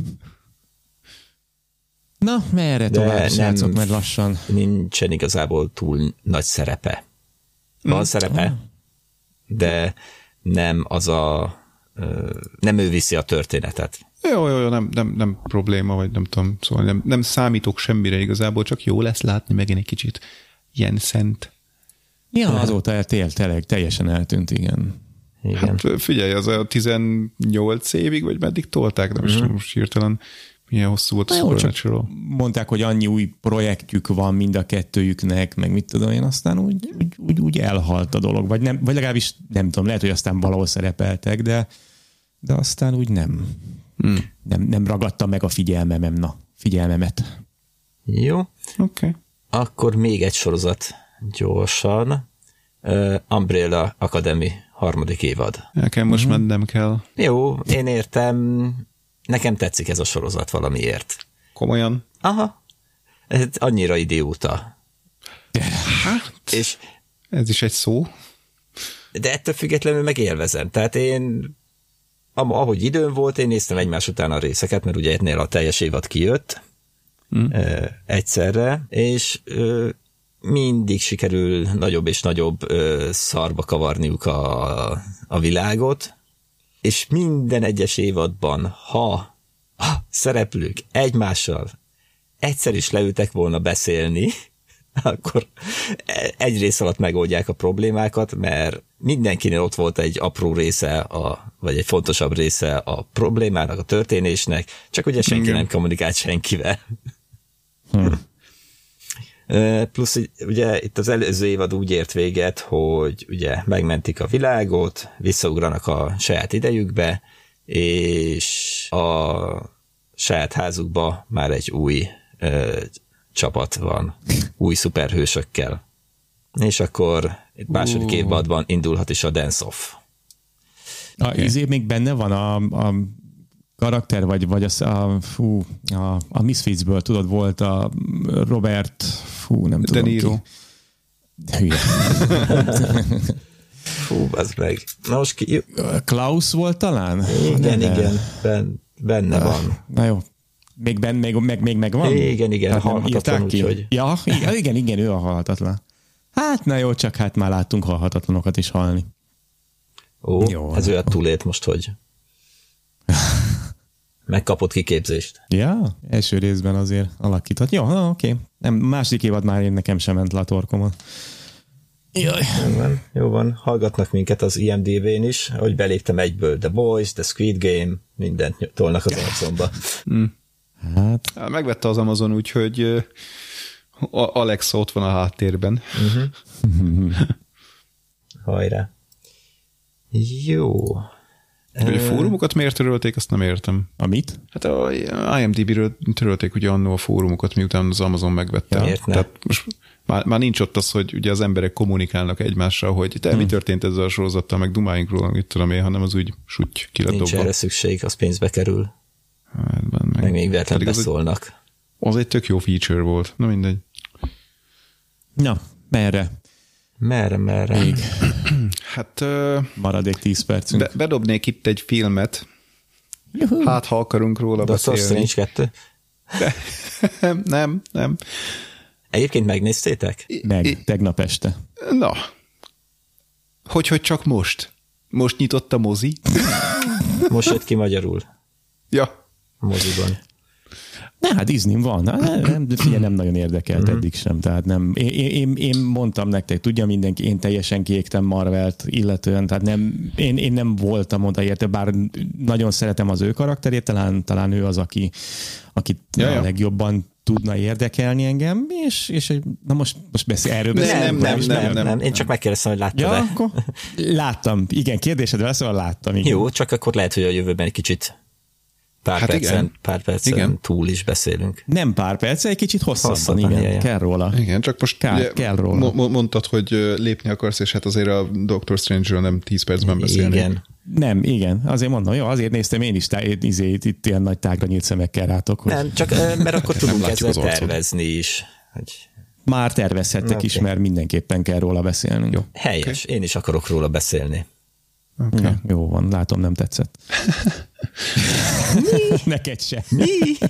Na, merre De tovább, nem- srácok, mert lassan. Nincsen igazából túl nagy szerepe. Van szerepe, de nem az a... ö, nem ő viszi a történetet. Jó, jó, jó, nem, nem, nem probléma, vagy nem tudom, szóval nem, nem számítok semmire igazából, csak jó lesz látni megint egy kicsit Jensen-t. Ja, azóta eltélt, tényleg teljesen eltűnt, igen. Igen. Hát figyelj, az a tizennyolc évig, vagy meddig tolták, nem is tudom most hirtelen milyen hosszú volt a Na jó, csak Supernatural. mondták, hogy annyi új projektjük van mind a kettőjüknek, meg mit tudom én, aztán úgy, úgy, úgy, úgy elhalt a dolog, vagy, nem, vagy legalábbis nem tudom, lehet, hogy aztán valahol szerepeltek, de, de aztán úgy nem, Hmm. nem, nem ragadta meg a figyelmemem, na, figyelmemet. Jó. Oké. Okay. Akkor még egy sorozat gyorsan. Uh, Umbrella Academy harmadik évad. Nekem most Mhm. mennem kell. Jó, én értem. Nekem tetszik ez a sorozat valamiért. Komolyan? Aha. Ez annyira idióta. Hát, És, ez is egy szó. de ettől függetlenül meg élvezem. Tehát én, am- ahogy időm volt, én néztem egymás után a részeket, mert ugye ennél a teljes évad kijött Mm. ö, egyszerre, és ö, mindig sikerül nagyobb és nagyobb ö, szarba kavarniuk a, a világot, és minden egyes évadban, ha a szereplők egymással egyszer is leültek volna beszélni, akkor egy rész alatt megoldják a problémákat, mert mindenkinél ott volt egy apró része, a, vagy egy fontosabb része a problémának, a történésnek, csak ugye senki Igen. nem kommunikált senkivel. Hm. Plusz ugye itt az előző évad úgy ért véget, hogy ugye megmentik a világot, visszaugranak a saját idejükbe, és a saját házukba már egy új ö, csapat van, új szuperhősökkel. És akkor itt második Uh. évadban indulhat is a Dance-Off. A, izé még benne van a, a karakter, vagy, vagy az, a, fú, a, a Misfitsből, tudod, volt a Robert, fú, nem De tudom Niro. ki. Hülye. Fú, az meg. Na most ki... Klaus volt talán? Igen, De- igen, ben, benne van. Na jó. Még, ben, még, meg, még megvan? Igen, igen, Tehát nem ha- halhatatlan, írták ki? úgyhogy- Ja, igen, igen, igen, ő a halhatatlan. Hát na jó, csak hát már láttunk halhatatlanokat is halni. Ó, Jó, Jó, ez hát- olyan túlét most, hogy megkapott kiképzést. Ja, első részben azért alakíthat. Jó, na, oké. Nem, második évad már én nekem sem ment le a torkomon. Jaj. Jó van, jó van, hallgatnak minket az I M D B-n is, hogy beléptem egyből The Boys, The Squid Game, mindent ny- tolnak az arcomba. Hát, Hát, megvette az Amazon, úgyhogy ö, a- Alexa ott van a háttérben. Hajrá. Jó. Hogy a fórumokat miért törölték, azt nem értem. amit? Hát a I M D B-ről törölték ugye annó a fórumokat, miután az Amazon megvette. Miért ne? Tehát most már, már nincs ott az, hogy ugye az emberek kommunikálnak egymással, hogy te, Hmm. mi történt ezzel a sorozattal, meg dumáljunk róla, mit tudom én, hanem az úgy suty ki lett Nincs dobva. erre szükség, az pénzbe kerül, Hát, meg, meg még véletlen pedig az egy, beszólnak. az egy tök jó feature volt. Na mindegy. Na, merre? Merre, merre? Még Hát ö, maradék tíz percünk. be, bedobnék itt egy filmet, hát ha akarunk róla Doctor beszélni. Strange kettő? nem, nem, nem. Egyébként megnéztétek? Meg, tegnap este. Na, hogy, hogy csak most? Most nyitott a mozi? Most jött ki magyarul. Ja, moziban. Ne, hát Disney van. Nem, nem, figyelj, nem nagyon érdekelt Mm-hmm. eddig sem. Tehát nem. Én, én, én mondtam nektek, tudja mindenki, én teljesen kiégtem Marvelt illetően, tehát nem, én, én nem voltam oda érte, bár nagyon szeretem az ő karakterét, talán, talán ő az, aki, akit ja, a ja. legjobban tudna érdekelni engem, és, és na most, most beszél, erről Nem, beszélünk. nem, nem, nem, nem, nem, nem. Én csak megkérdeztem, hogy láttad-e. Ja, akkor láttam. Igen, kérdésedre lesz, szóval láttam. Igen. Jó, csak akkor lehet, hogy a jövőben egy kicsit pár Hát percen, igen. pár percen Igen. túl is beszélünk. Nem pár perc, egy kicsit hosszabban, Hosszabban, igen, ja, ja. kell róla. Igen, csak most Kell- ugye, kell róla. mo- mo- mondtad, hogy lépni akarsz, és hát azért a Doctor Strange-ről nem tíz percben beszélni. Igen. Nem, igen, azért mondom, jó, azért néztem én is, tá- izé, itt, itt ilyen nagy tágra nyílt szemekkel rátok, hogy Nem, csak ö, mert akkor tudunk látjuk ezzel az arcod. tervezni is. Hogy már tervezhettek Oké. is, mert mindenképpen kell róla beszélnünk. Jó, helyes, én is akarok róla beszélni. Okay. ja, jó van, látom, nem tetszett. Neked se. Mi?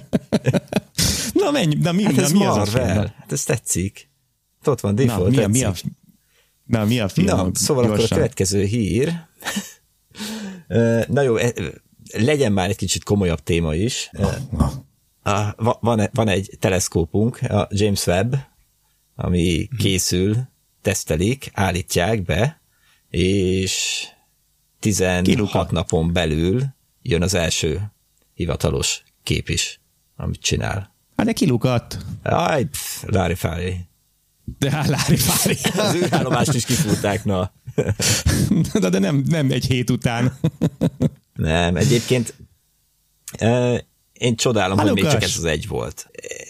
Na menj, na mi, Hát na, ez mi az a film? Marvel. Hát ez tetszik. Ott van Na, default, mi a, mi a, tetszik. na, mi a film? Na, szóval akkor a Gyorsan. következő hír. Ö, Na jó, e- legyen már egy kicsit komolyabb téma is. Ö, a- va- Van, van egy teleszkópunk, a James Webb, ami készül, tesztelik, állítják be, és tizenhat Kilukad. napon belül jön az első hivatalos kép is, amit csinál. Hát de kilukadt. Aj, pff, Lári Fári. De hát Lári Fári. Az űrállomást is kifúrták, na. de, de nem, nem egy hét után. Nem, egyébként uh, én csodálom, Há, hogy még csak Lukas. ez az egy volt.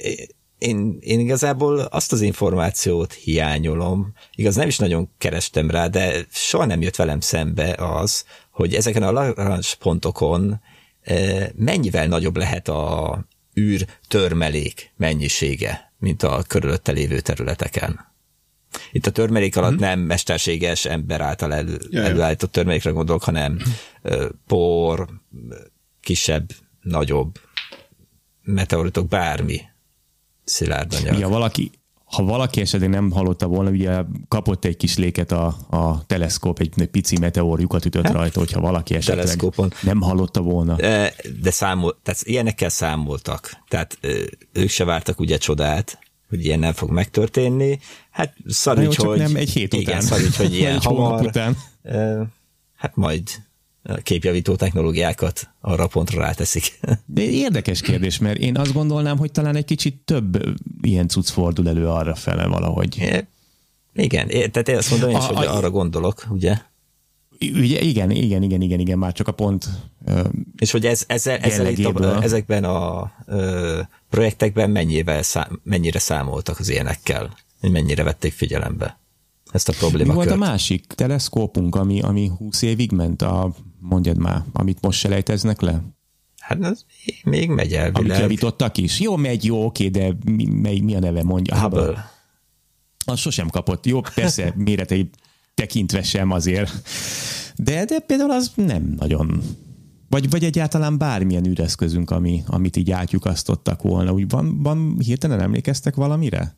Én, én igazából azt az információt hiányolom, igaz nem is nagyon kerestem rá, de soha nem jött velem szembe az, hogy ezeken a Lagrange pontokon uh, mennyivel nagyobb lehet a űr törmelék mennyisége, mint a körülötte lévő területeken. Itt a törmelék alatt nem mesterséges ember által elő, ja. előállított törmelékre gondolok, hanem ö, por, kisebb, nagyobb meteoritok, bármi szilárd anyag. Ja, valaki, ha valaki esetleg nem hallotta volna, ugye kapott egy kis léket a, a teleszkóp, egy, egy pici meteor lyukat ütött rajta, hogyha valaki esetleg Teleszkópon. nem hallotta volna. De, de számol, tehát ilyenekkel számoltak. Tehát ö, ők se vártak ugye csodát, hogy ilyen nem fog megtörténni. Hát szar, Na jó, úgy, csak hogy... nem egy hét igen, után. szar, úgy, hogy ilyen Vagy egy hónap hamar. után. Ö, hát majd a képjavító technológiákat arra a pontra ráteszik. De érdekes kérdés, mert én azt gondolnám, hogy talán egy kicsit több ilyen cucc fordul elő arra fele valahogy. Igen, tehát én azt mondom én is, A- hogy a- arra gondolok, ugye? Ugye, igen, igen, igen, igen, igen, már csak a pont. ö, És hogy ez, ezzel, ezzel itt a, Jellegéből. ezekben a ö, projektekben mennyivel szám, mennyire számoltak az ilyenekkel, hogy mennyire vették figyelembe ezt a Mi volt a problémakört. másik teleszkópunk, ami, ami húsz évig ment, a, mondjad már, amit most selejteznek le? Hát ez még megy Amit elvileg. javítottak is? Jó, megy, jó, oké, de mi, mi, mi a neve mondja? Hubble. Az sosem kapott. Jó, persze, méretei tekintve sem azért. De, de például az nem nagyon. Vagy, vagy egyáltalán bármilyen űreszközünk, ami, amit így átlyukasztottak volna. Úgy van, van, hirtelen emlékeztek valamire?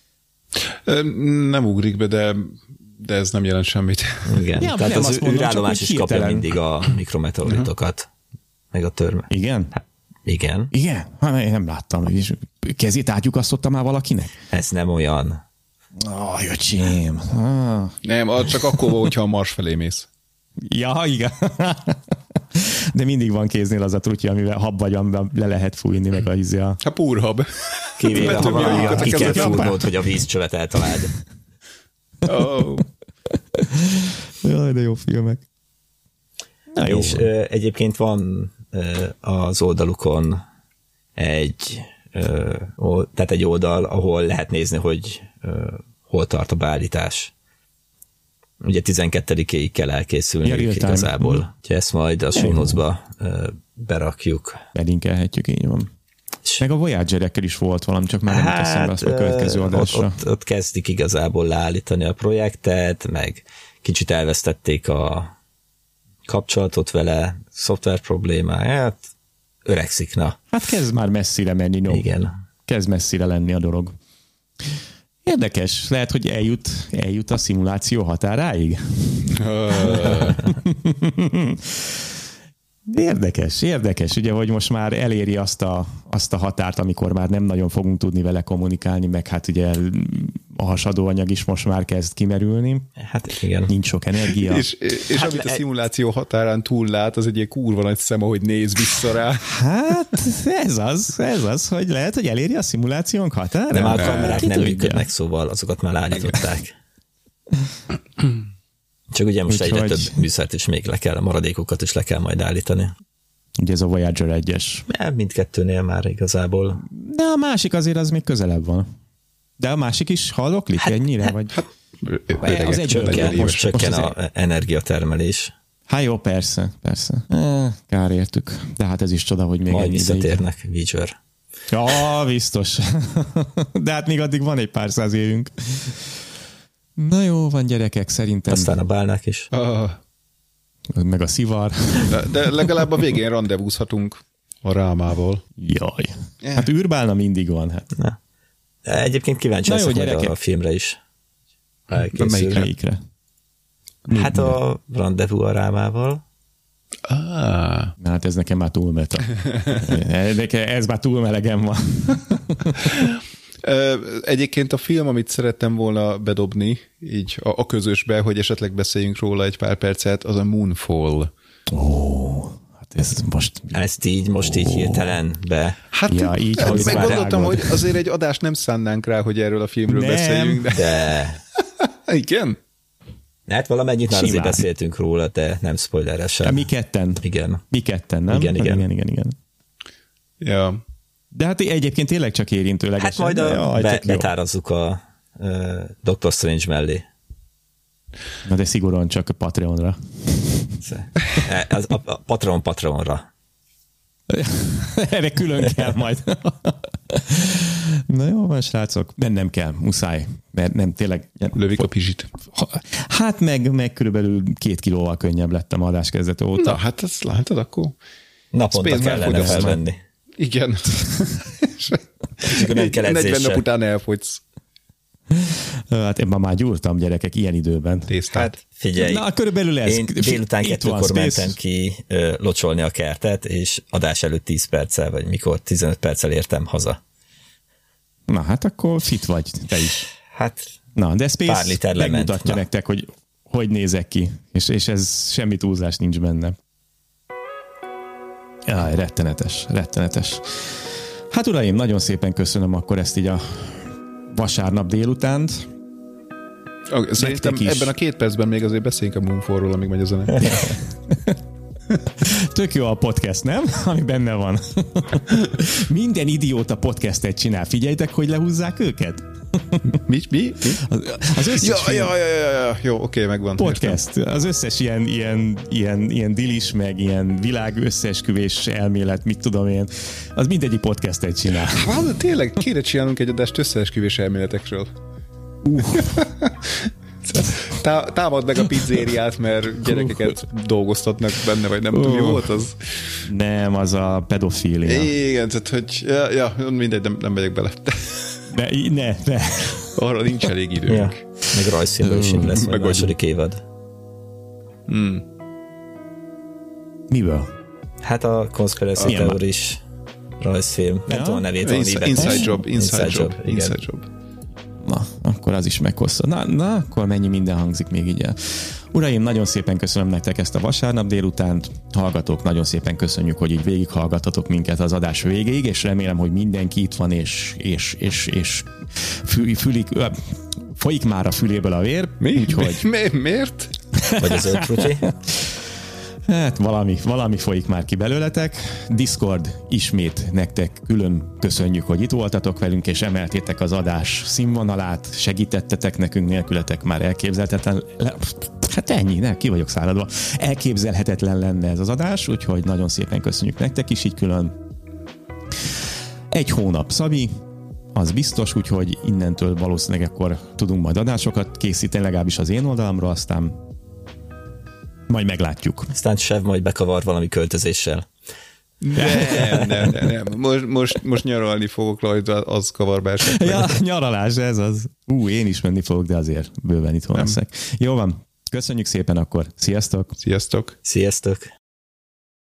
Ö, Nem ugrik be, de, de ez nem jelent semmit. Igen, Ja, tehát nem az azt mondom, űrállomás csak is úgy kapja hirtelen. mindig a mikrometeoritokat, meg a törme. Igen? Igen, Igen? Hát én nem láttam. És kezét átlyukasztotta már valakinek? ez nem olyan. Ah, jöcsém. Ah. Nem, az csak akkor van, hogyha a Mars felé mész. Ja, igen. De mindig van kéznél az a trutya, amivel hab vagy, amivel le lehet fújni, meg a izé a... Hát púrhab. Kivéve, ha Betömje valami őket a ki kell kezedbe. fúrnod, hogy a vízcsövet eltaláld. Oh. Jaj, de jó filmek. Na jó. És ö, egyébként van ö, az oldalukon egy, ö, ó, tehát egy oldal, ahol lehet nézni, hogy ö, hol tart a beállítás. Ugye tizenkettedikéig kell elkészülni Ja, real time. igazából. Mhm. Úgyhogy ezt majd a show notes-ba ö, berakjuk. Belinkelhetjük, így van. Meg a Voyager-ekkel is volt valami, csak már nem hát, eszembe azt a következő ö, adásra. Ott, ott, ott kezdik igazából leállítani a projektet, meg kicsit elvesztették a kapcsolatot vele, szoftver problémáját, öregszik, na. Hát kezd már messzire menni, no. Igen. Kezd messzire lenni a dolog. Érdekes, lehet, hogy eljut, eljut a szimuláció határáig. Érdekes, érdekes, ugye, hogy most már eléri azt a, azt a határt, amikor már nem nagyon fogunk tudni vele kommunikálni, meg hát ugye a hasadóanyag is most már kezd kimerülni. Hát igen. Nincs sok energia. És, és hát, amit a szimuláció határán túl lát, az egy ilyen kurva nagy szem, ahogy néz vissza rá. Hát ez az, ez az, hogy lehet, hogy eléri a szimulációnk határát. De már a kamerák nem működnek, szóval azokat már állították. Csak ugye most egyre több műszert is még le kell, a maradékokat is le kell majd állítani. Ugye ez a Voyager egyes. Mindkettőnél már igazából. De a másik azért az még közelebb van. De a másik is halloklik hát, ennyire? Hát, vagy? Hát, hát, az egy csökken, most csökken most az energiatermelés. Hát jó, persze, persze. Kár értük. De hát ez is csoda, hogy még majd ennyi visszatérnek, Voyager. Ja, biztos. De hát még addig van egy pár száz évünk. Na jó, van gyerekek, szerintem. Aztán a bálnák is. Ah. Meg a szivar. De, de legalább a végén rendezvúzhatunk a rámával. Jaj. Hát űrbálna mindig van. Hát. Na. Egyébként kíváncsi leszek majd a filmre is. Melyikre? Melyikre? Hát a rendezvú a rámával. Ah. Hát ez nekem már túl meta. Ez már túl melegen van. Egyébként a film, amit szerettem volna bedobni, így a, a közösbe, hogy esetleg beszéljünk róla egy pár percet, az a Moonfall. Ó, hát ez most... Ezt így, most így hirtelen be... Hát ja, így meg gondoltam, hogy azért egy adást nem szánnánk rá, hogy erről a filmről nem, beszéljünk. De... de... Igen? Hát valamennyit már azért beszéltünk róla, de nem spoileresen. De mi ketten? Igen. Mi ketten, nem? Igen, igen. igen, igen, igen. Ja. De hát egyébként tényleg csak érintőlegesen. Hát majd a, jaj, be, betárazzuk a uh, Doctor Strange mellé. Na de szigorúan csak a Patreonra. Az, a, a Patreon Patreonra. Erre külön kell majd. Na jó van, srácok. Bennem kell, muszáj. Mert nem tényleg... Lövik a pizsit. Hát meg, meg körülbelül két kilóval könnyebb lettem a adás kezdete óta. Na hát ezt látod akkor? Naponta kellene felvenni. Igen. nem kell negyven nap után elfogysz. Hát én már gyúrtam, gyerekek, ilyen időben. Tésztát. Hát figyelj, na, körülbelül ez. Én délután kettőkor mentem ki ö, locsolni a kertet, és adás előtt tíz perccel, vagy mikor tizenöt perccel értem haza. Na hát akkor fit vagy, te is. Hát na, de Space megmutatja na. nektek, hogy hogy nézek ki, és, és ez semmi túlzás nincs benne. Jaj, rettenetes, rettenetes. Hát uraim, nagyon szépen köszönöm akkor ezt így a vasárnap délutánt. Szerintem ebben a két percben még azért beszéljünk a Moonfallról, amíg megy a zene. Tök jó a podcast, nem? Ami benne van. Minden idióta podcastet csinál. Figyeljtek, hogy lehúzzák őket. Mi? Mi? Mi? Az, az összes ja, ja, ja, ja, ja. Jó, oké, megvan. Podcast. Értem. Az összes ilyen, ilyen, ilyen, ilyen dilis, meg ilyen világ összeesküvés elmélet, mit tudom én, az mindegyik podcastet csinál. Hát, tényleg, kéne csinálnunk egy adást összeesküvés elméletekről. Uh. Tá- támad meg a pizzériát, mert gyerekeket dolgoztatnak benne, vagy nem uh. tudom, mi volt az? Nem, az a pedofília. Igen, tehát, hogy ja, ja mindegy, nem, nem megyek bele. De, ne, ne. Arra nincs elég időnk. Ja. Meg rajzfilmből is lesz meg a második évad. Hmm. Miből? Hát a Conspiracy Theories rajzfilm. Nem ja. tudom a nevét. Inside, inside Job. Inside, inside Job. job. Inside Job. Na, akkor az is meghossza. Na, na, akkor mennyi minden hangzik még így el. Uraim, nagyon szépen köszönöm nektek ezt a vasárnap délutánt. Hallgatók, nagyon szépen köszönjük, hogy így végighallgatatok minket az adás végéig, és remélem, hogy mindenki itt van, és, és, és, és fü, fülik, ö, folyik már a füléből a vér. Mi? Úgyhogy... Mi? Mi? Miért? Vagy az ötrutyi? Hát valami, valami folyik már ki belőletek. Discord ismét nektek külön köszönjük, hogy itt voltatok velünk, és emeltétek az adás színvonalát, segítettetek nekünk, nélkületek már elképzelhetetlen. Hát ennyi, ne, ki vagyok száradva. Elképzelhetetlen lenne ez az adás, úgyhogy nagyon szépen köszönjük nektek is így külön. Egy hónap Szabi, az biztos, úgyhogy innentől valószínűleg akkor tudunk majd adásokat készíteni, legalábbis az én oldalamról, aztán majd meglátjuk. Aztán Sev majd bekavar valami költözéssel. Nem, nem, nem, nem. Most, most, most nyaralni fogok rajta, az kavar be esetleg. Ja, nyaralás, ez az. Ú, én is menni fogok, de azért bőven itthon leszek. Jó van, köszönjük szépen akkor. Sziasztok! Sziasztok! Sziasztok!